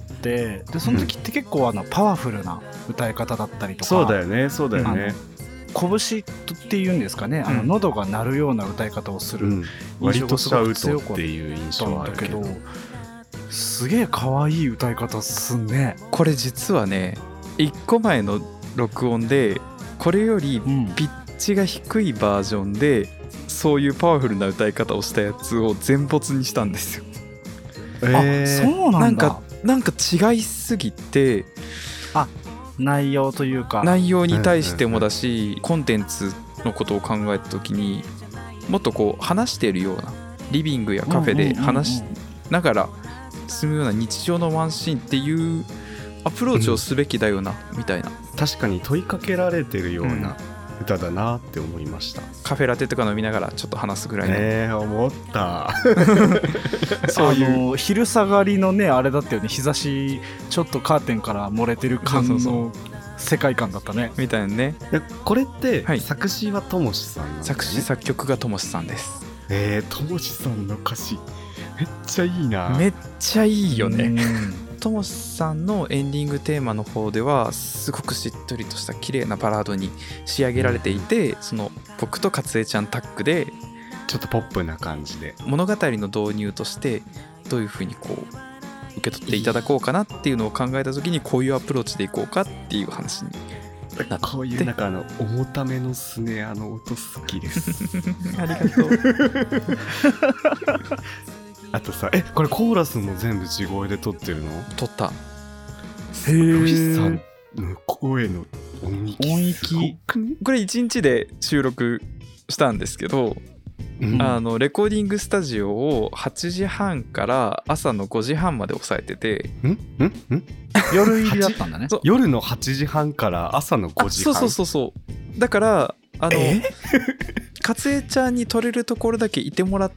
でその時って結構パワフルな歌い方だったりとか、 そうだよねそうだよね、 拳っていうんですかね、喉が鳴るような歌い方をする、 割とシャウトっていう印象はあるけど、 すげえ可愛い歌い方すんね。 これ実はね1個前の録音でこれよりピッチが低いバージョンで、そういうパワフルな歌い方をしたやつを全没にしたんですよ。 そうなんだ。 なんか違いすぎて、 内容というか内容に対してもだし、コンテンツのことを考えた時にもっとこう話しているような、リビングやカフェで話しながら進むような日常のワンシーンっていうアプローチをすべきだよな、みたいな。 確かに問いかけられてるような歌だなって思いました。 カフェラテとか飲みながらちょっと話すぐらいの、 思ったそういう昼下がりのねあれだったよね、日差しちょっとカーテンから漏れてる感の世界観だったねみたいなね。 これって、作詞はともしさんなんだよね。 作詞作曲がともしさんです。 ともしさんの歌詞めっちゃいいな。 めっちゃいいよね。ともしさんのエンディングテーマの方ではすごくしっとりとした綺麗なバラードに仕上げられていて、その僕と勝江ちゃんタッグでちょっとポップな感じで物語の導入としてどういう風にこう受け取っていただこうかなっていうのを考えた時に、こういうアプローチでいこうかっていう話になって、 こういうなんか重ためのスネアの音好きですありがとうあとさ、これコーラスも全部地声で撮ってるの？ 撮った。 ロイさんの声の音域これ1日で収録したんですけど、レコーディングスタジオを8時半から朝の5時半まで抑えてて、 夜入りだったんだね。 夜の8時半から朝の5時半。 そうだから勝江ちゃんに撮れるところだけいてもらって、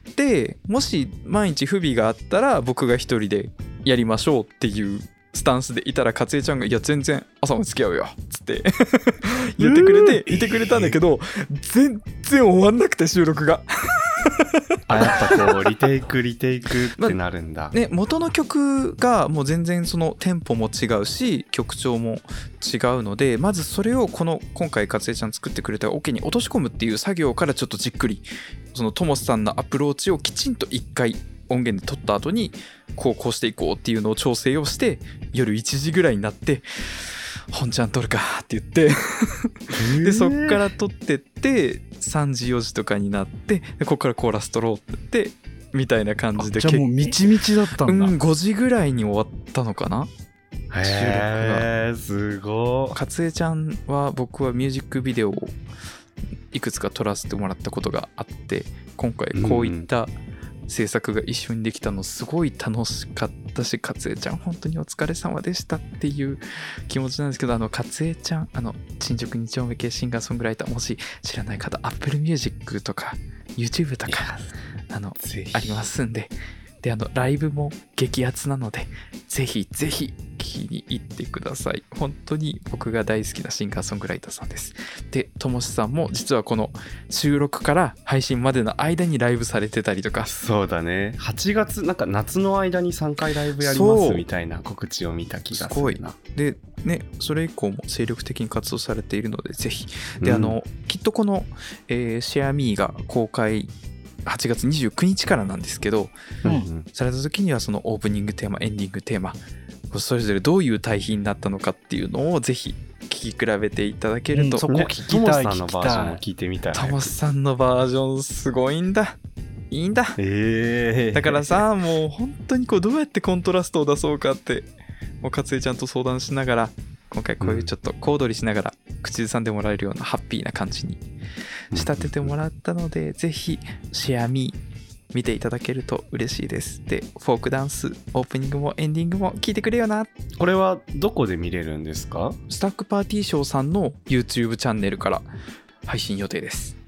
もし毎日不備があったら僕が一人でやりましょうっていうスタンスでいたら、勝江ちゃんがいや全然朝も付き合うよっつって言ってくれていてくれたんだけど、全然終わんなくて収録がやっぱこうリテイクってなるんだ、 ね、元の曲がもう全然そのテンポも違うし曲調も違うので、まずそれを今回勝江ちゃん作ってくれたオケに落とし込むっていう作業からちょっとじっくりそのともしさんのアプローチをきちんと一回音源で撮った後にこうしていこうっていうのを調整をして、夜1時ぐらいになって本ちゃん撮るかって言ってでそっから撮ってって3時4時とかになって、でここからコーラス撮ろうって言ってみたいな感じで、 じゃあもうみちみちだったんだ。 5時ぐらいに終わったのかな、 へーすごい。 勝江ちゃんは僕はミュージックビデオをいくつか撮らせてもらったことがあって、今回こういった制作が一緒にできたのすごい楽しかったし、勝江ちゃん本当にお疲れ様でしたっていう気持ちなんですけど、勝江ちゃん新宿2丁目系シンガーソングライター、もし知らない方 Apple Music とか YouTube とかありますんで、でライブも激アツなのでぜひぜひ聴きに行ってください。本当に僕が大好きなシンガーソングライターさんです。でともしさんも実はこの収録から配信までの間にライブされてたりとか。 そうだね、8月なんか夏の間に3回ライブやりますみたいな告知を見た気がするな。 でね、それ以降も精力的に活動されているのでぜひで、きっとこの、シェアミーが公開8月29日からなんですけど、された時にはそのオープニングテーマエンディングテーマそれぞれどういう対比になったのかっていうのをぜひ聴き比べていただけると、 そこ聞きたい。 トモさんのバージョンも聞いてみたい。 トモさんのバージョンすごいんだ、いいんだ、だからさ、もう本当にどうやってコントラストを出そうかってもう勝江ちゃんと相談しながら、今回こういうちょっと小躍りしながら口ずさんでもらえるようなハッピーな感じに仕立ててもらったので、ぜひシェアミー見ていただけると嬉しいです。でフォークダンスオープニングもエンディングも聞いてくれよな。 これはどこで見れるんですか？ スタックパーティーショーさんの YouTube チャンネルから配信予定です。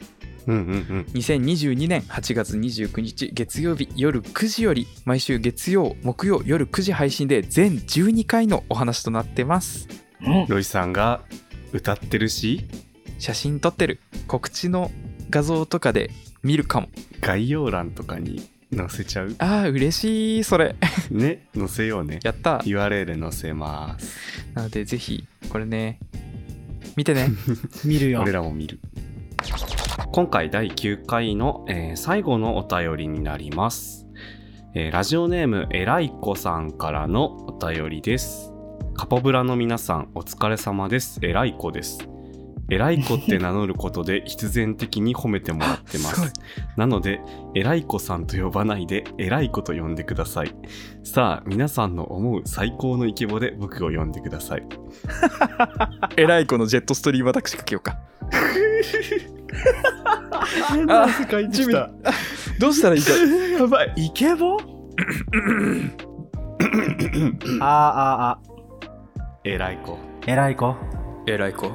2022年8月29日月曜日夜9時より毎週月曜木曜夜9時配信で全12回のお話となってます。 ロイさんが歌ってるし写真撮ってる、告知の画像とかで見るかも。 概要欄とかに載せちゃう。 あー嬉しい、それね、載せようね。 やった。 URL 載せます。 なのでぜひこれね見てね見るよ。 俺らも見る。今回第9回の、最後のお便りになります。ラジオネームえらいこさんからのお便りです。カポブラの皆さんお疲れ様です。えらいこです。えらいこって名乗ることで必然的に褒めてもらってます。なのでえらいこさんと呼ばないでえらいこと呼んでください。さあ皆さんの思う最高のイケボで僕を呼んでください。 えらい子のジェットストリーム私かけようか変な世界でした。 どうしたらいいかやばい。イケボえらいこ。 えらい子。 えらい子。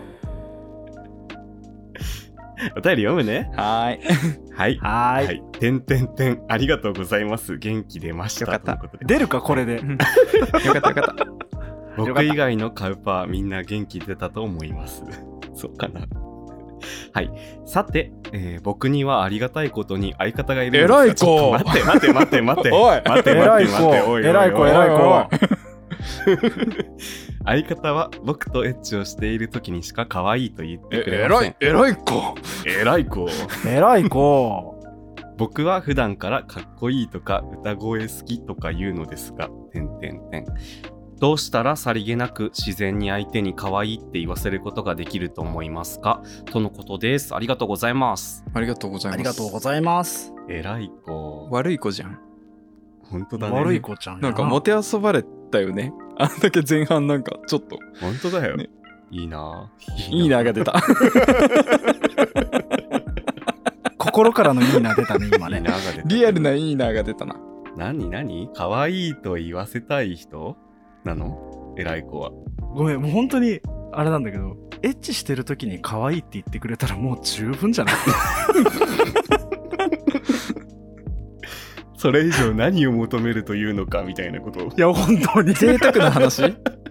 お便り読むね。 はいはいはい。てんてんてん、ありがとうございます。元気出ました。 よかった。 ということで出るかこれでよかったよかった僕以外のカウパーみんな元気出たと思いますそうかな。はい。さて、僕にはありがたいことに相方がいるんですが。 えらい子。 待って待って待っておい待ってえらい子。えらい子えらい子。 相方は僕とエッチをしている時にしか可愛いと言ってくれません。 えらい子。 えらい子。 えらい子。 僕は普段からかっこいいとか歌声好きとか言うのですが、どうしたらさりげなく自然に相手に可愛いって言わせることができると思いますかとのことです。ありがとうございます。 ありがとうございます。 ありがとうございます。 えらい子。 悪い子じゃん。 本当だね。 悪い子ちゃん。 なんかもてあそばれたよね。あんだけ前半なんかちょっと。 本当だよ。 ね、 いいな。 いいなが出た。 心からのいいな出たね今ね。 リアルないいなが出たな。 何可愛いと言わせたい人なの？えらい子は。 ごめん、もう本当にあれなんだけど、エッチしてる時に可愛いって言ってくれたらもう十分じゃない？ それ以上何を求めるというのかみたいなことを。 いや本当に贅沢な話。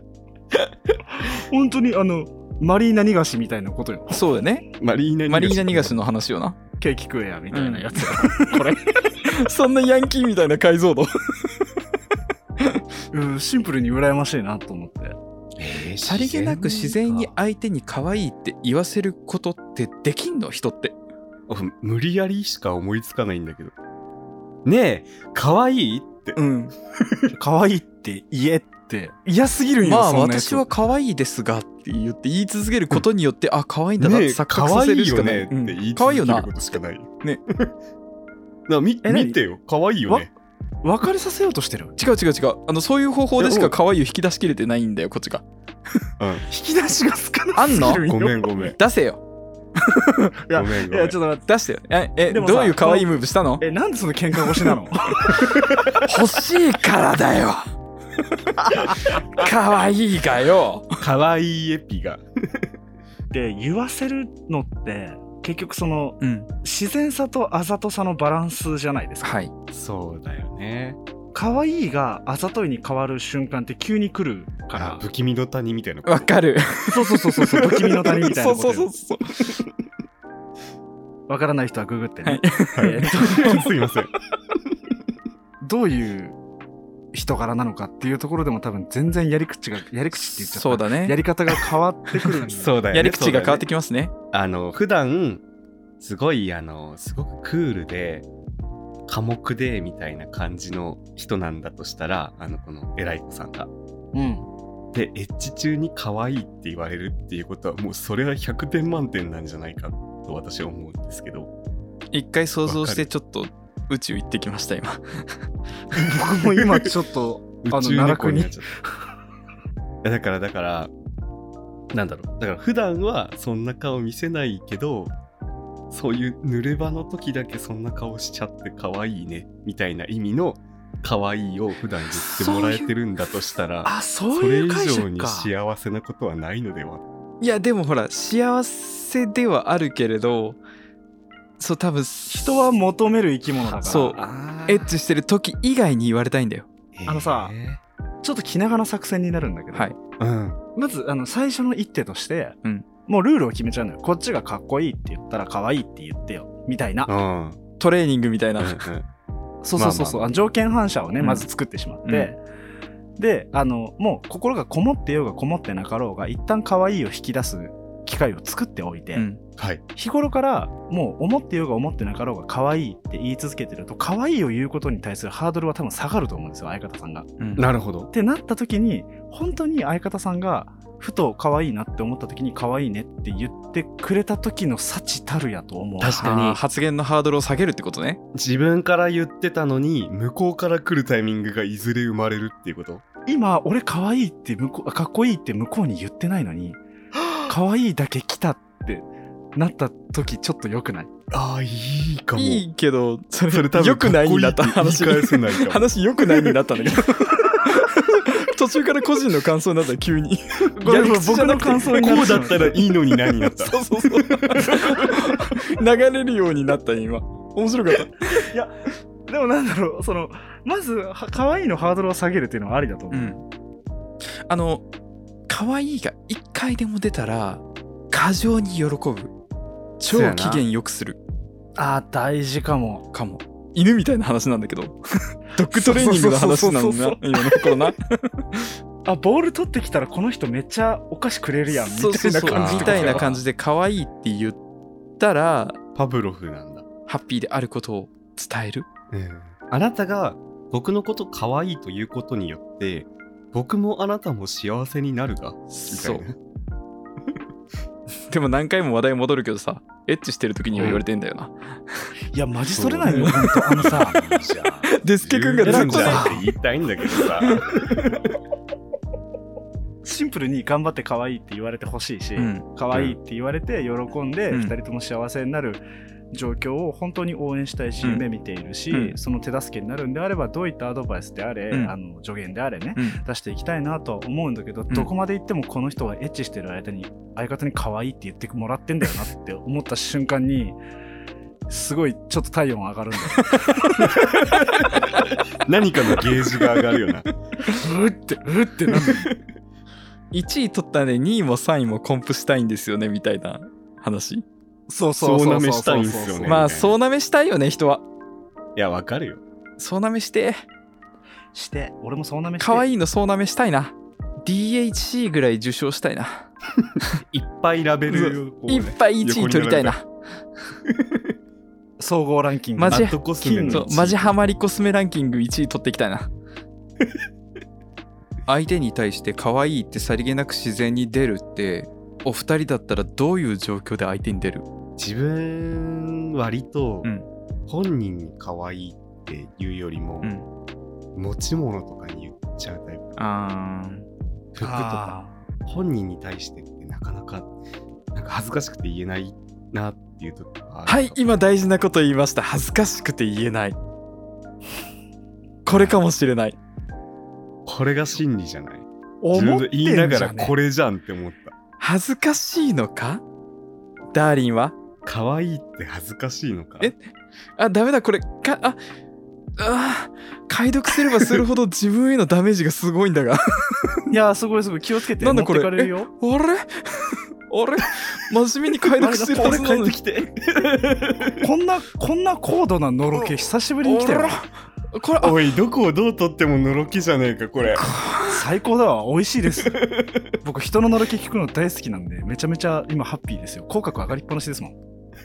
本当にマリーナ逃がしみたいなことよ。 そうだね。マリーナ逃がしの話よな。 ケーキ食えやみたいなやつ、これそんなヤンキーみたいな解像度。 シンプルに羨ましいなと思って。 さりげなく自然に相手に可愛いって言わせることってできんの？人って無理やりしか思いつかないんだけど。ねえ可愛いって、 可愛いって言えって嫌すぎるんよ。 まあ私は可愛いですがって言い続けることによって、あ可愛いんだなって錯覚させるしかない。 ねえ可愛いよねって言い続けることしかないよね。見てよ可愛いよね。 別れさせようとしてる？ 違うそういう方法でしか可愛いを引き出しきれてないんだよこっちが。 引き出しが少なすぎるよ。 あんの？ごめん出せよ。 いやちょっと待って、 出してよ。どういう可愛いムーブしたの？ なんでその喧嘩腰なの？ 欲しいからだよ。可愛いがよ。 可愛いエピが。 で言わせるのって結局その、自然さとあざとさのバランスじゃないですか。 はい。 そうだよね。 可愛いがあざといに変わる瞬間って急に来るから。 不気味の谷みたいな。 わかる。 そう不気味の谷みたいなことよ。 そう。 わからない人はググってね。 すいません。 どういう人柄なのかっていうところでも多分全然やり口って言っちゃった。 そうだね。 やり方が変わってくる。 そうだよね。 やり口が変わってきますね。 普段すごいすごくクールで寡黙でみたいな感じの人なんだとしたら、この偉い子さんが。でエッチ中に可愛いって言われるっていうことはもうそれは100点満点なんじゃないかと私は思うんですけど。一回想像してちょっと宇宙行ってきました今。 僕も今ちょっと宇宙猫になっちゃった。だからなんだろう。だから普段はそんな顔見せないけど、そういう濡れ場の時だけそんな顔しちゃって可愛いねみたいな意味の可愛いを普段言ってもらえてるんだとしたら、それ以上に幸せなことはないのでは。 いやでもほら幸せではあるけれど、 そう多分人は求める生き物だから。 そうエッチしてる時以外に言われたいんだよ。 あのさちょっと気長な作戦になるんだけど、 はい、 まず最初の一手として、もうルールを決めちゃうのよ。こっちがかっこいいって言ったら可愛いって言ってよみたいな、 トレーニングみたいな、 そうそうそうそう、条件反射をねまず作ってしまって、でもう心がこもってようがこもってなかろうが一旦可愛いを引き出す機会を作っておいて、日頃からもう思ってようが思ってなかろうが可愛いって言い続けてると、可愛いを言うことに対するハードルは多分下がると思うんですよ、相方さんが。 なるほど。 ってなった時に本当に相方さんがふと可愛いなって思った時に可愛いねって言ってくれた時の幸たるやと思う。 確かに発言のハードルを下げるってことね。 自分から言ってたのに向こうから来るタイミングがいずれ生まれるっていうこと。今俺可愛いってかっこいいって向こうに言ってないのに可愛いだけ来たってなった時ちょっと良くない？ ああ、いいかも。 いいけどそれ多分良くないになった話良くないになったんだけど途中から個人の感想になったら急に僕の感想になった。 こうだったらいいのに何になった。 そう流れるようになった今。面白かった。いやでもなんだろう、まず可愛いのハードルを下げるっていうのはありだと思う。 可愛いが一回でも出たら過剰に喜ぶ、超機嫌よくする。 大事かも犬みたいな話なんだけどドッグトレーニングの話なのな今のところなボール取ってきたらこの人めっちゃお菓子くれるやんみたいな感じみたいな感じで可愛いって言ったらパブロフなんだ。 ハッピーであることを伝える、 あなたが僕のこと可愛いということによって僕もあなたも幸せになるがみたいな。 でも何回も話題戻るけどさ、エッチしてる時には言われてんだよな。 いやマジそれないよ、ほんとさデスケ君がずっとさって言いたいんだけどさシンプルに頑張って可愛いって言われてほしいし、可愛いって言われて喜んで2人とも幸せになる状況を本当に応援したいし、夢見ているし、その手助けになるんであればどういったアドバイスであれ、助言であれね、出していきたいなとは思うんだけど、どこまで行ってもこの人はエッチしてる間に相方に可愛いって言ってもらってんだよなって思った瞬間にすごいちょっと体温上がるんだよ何かのゲージが上がるよなうってなんだ 1位取ったんで2位も3位もコンプしたいんですよねみたいな話。 そうなめしたいんですよね。 まあそうなめしたいよね人は。 いやわかるよ。 そうなめして俺もそうなめして可愛いのそうなめしたいな。 DHC ぐらい受賞したいないっぱいラベルを、 いっぱい1位取りたいな総合ランキングマジハマりコスメランキング1位取っていきたいな相手に対して可愛いってさりげなく自然に出るってお二人だったらどういう状況で相手に出る？ 自分割と本人に可愛いっていうよりも、持ち物とかに言っちゃうタイプ。服とか本人に対してってなかなか恥ずかしくて言えないなっていう時は。 はい、今大事なこと言いました。恥ずかしくて言えない。これかもしれない。 これが真理じゃない。 思ってんじゃね。 言いながらこれじゃんって思った。 恥ずかしいのか？ダーリンは可愛いって恥ずかしいのか？ ダメだこれ解読すればするほど自分へのダメージがすごいんだがいやすごい気をつけて。 なんだこれ。 持ってかれるよ。 あれ真面目に解読してるはずなのにこんな高度なのろけ久しぶりに来たよ。 これおいどこをどうとってものろけじゃねえかこれ。 最高だわ、美味しいです僕人ののろけ聞くの大好きなんでめちゃめちゃ今ハッピーですよ。口角上がりっぱなしですもん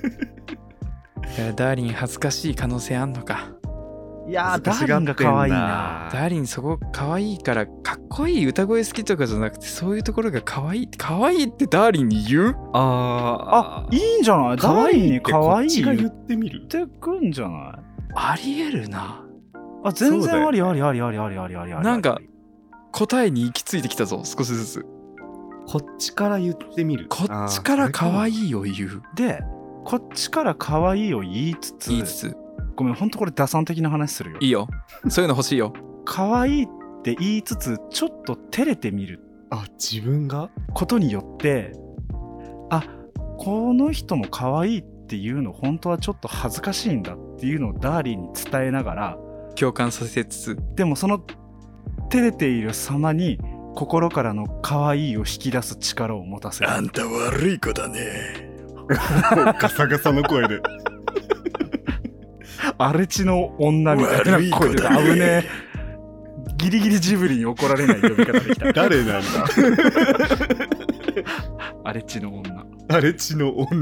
ダーリン恥ずかしい可能性あんのか。 いやーダーリンが可愛いな。 ダーリンそこ可愛いからかっこいい歌声好きとかじゃなくてそういうところが可愛いってダーリンに言う？ いいんじゃない？ダーリンに可愛いこっちが言ってみる？ 言ってくんじゃない？ ありえるな。 全然あり。 なんか答えに行き着いてきたぞ少しずつ。 こっちから言ってみる。 こっちから可愛いを言う。 でこっちから可愛いを言いつつごめんほんとこれ打算的な話するよ。 いいよそういうの欲しいよ。 可愛いって言いつつちょっと照れてみる。 自分がことによってこの人も可愛いってっていうの本当はちょっと恥ずかしいんだっていうのをダーリーに伝えながら、 共感させつつ、 でもその照れている様に心からの可愛いを引き出す力を持たせる。 あんた悪い子だね。 ガサガサの声で荒地の女みたいな声で、危ねえ。ギリギリジブリに怒られない呼び方できた。 誰なんだ荒地の女。 荒地の女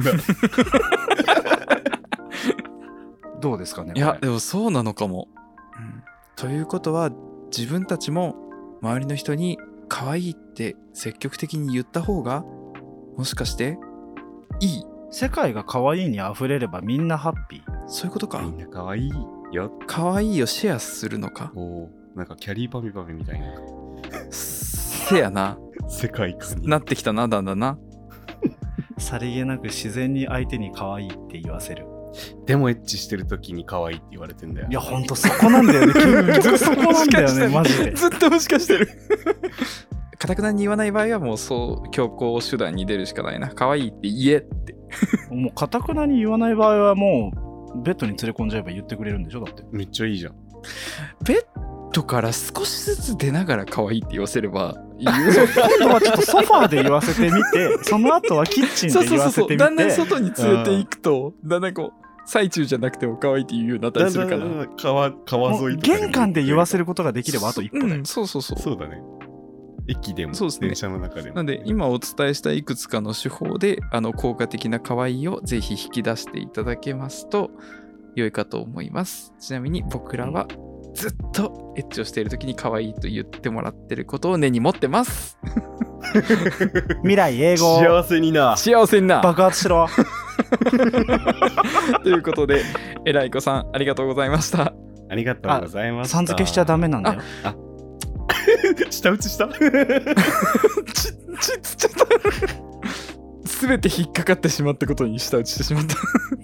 どうですかね。 いや、 これでもそうなのかも。ということは、自分たちも周りの人に可愛いって積極的に言った方が、もしかしていい。 世界が可愛いに溢れればみんなハッピー。 そういうことか。 みんな可愛いよ。 可愛いをシェアするのか。 おなんかキャリーパミュパミュみたいなせやな。 世界観になってきたな、だんだんな。 さりげなく自然に相手に可愛いって言わせる。 でもエッチしてる時に可愛いって言われてんだよ。 いや、ほんとそこなんだよね。ずっとそこなんだよね、マジで。 ずっともしかしてる。かたくなに言わない場合はもうそう強行手段に出るしかないな。可愛いって言えって。 もうかたくなに言わない場合はもうベッドに連れ込んじゃえば言ってくれるんでしょ、だって。 めっちゃいいじゃん。 ベッドから少しずつ出ながら可愛いって言わせればいいよ。 今度はちょっとソファーで言わせてみて、その後はキッチンで言わせてみて。 だんだん外に連れていくと、だんだんこう最中じゃなくても可愛いって言うようになったりするから。 川沿いとか玄関で言わせることができればあと一歩で。 そうそうそう。 そうだね。駅でもそうですね電車の中でも。 なんで今お伝えしたいくつかの手法で効果的な可愛いをぜひ引き出していただけますと良いかと思います。ちなみに僕らはずっとエッチをしている時に可愛いと言ってもらってることを根に持ってます。 未来英語幸せにな。 幸せにな。 爆発しろ。 ということでえらいこさんありがとうございました。 ありがとうございました。 さん付けしちゃダメなんだよ。 舌打ちしたちっちゃったすべて引っかかってしまったことに舌打ちしてしまった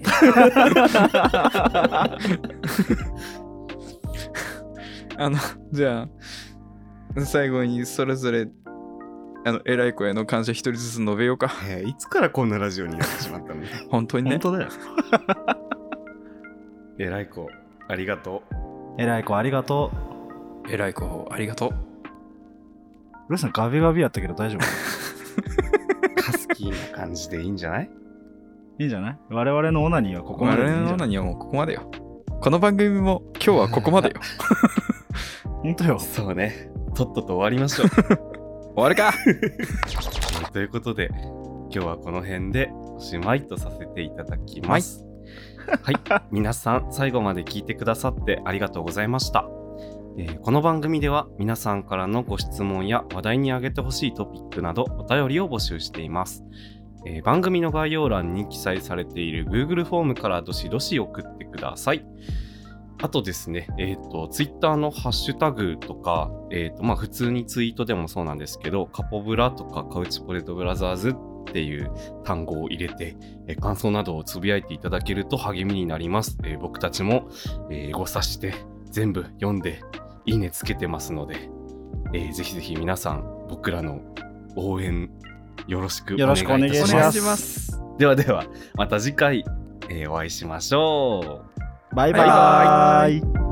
じゃあ最後にそれぞれえらい子への感謝一人ずつ述べようか。 いつからこんなラジオになってしまったの本当にね。 本当だよ。 えらい子ありがとう。 えらい子ありがとう。 えらい子ありがとう。 ルーさんガビガビやったけど大丈夫？ ハスキーな感じでいいんじゃない？ いいんじゃない？我々のオナニーはここまででいいんじゃない？ 我々のオナニーはもうここまでよ。この番組も今日はここまでよ。 本当よ。 そうね。とっとと終わりましょう。 終わるかということで今日はこの辺でおしまいとさせていただきます。はい、皆さん最後まで聞いてくださってありがとうございました。この番組では皆さんからのご質問や話題に挙げてほしいトピックなどお便りを募集しています。番組の概要欄に記載されている Google フォームからどしどし送ってください。あとですね、Twitter のハッシュタグとか、普通にツイートでもそうなんですけど、カポブラとかカウチポテトブラザーズっていう単語を入れて、感想などをつぶやいていただけると励みになります。僕たちも、誤差して全部読んでいいねつけてますので、ぜひぜひ皆さん僕らの応援よろしくお願いいたします。 よろしくお願いします。 ではではまた次回、お会いしましょう。 バイバイ。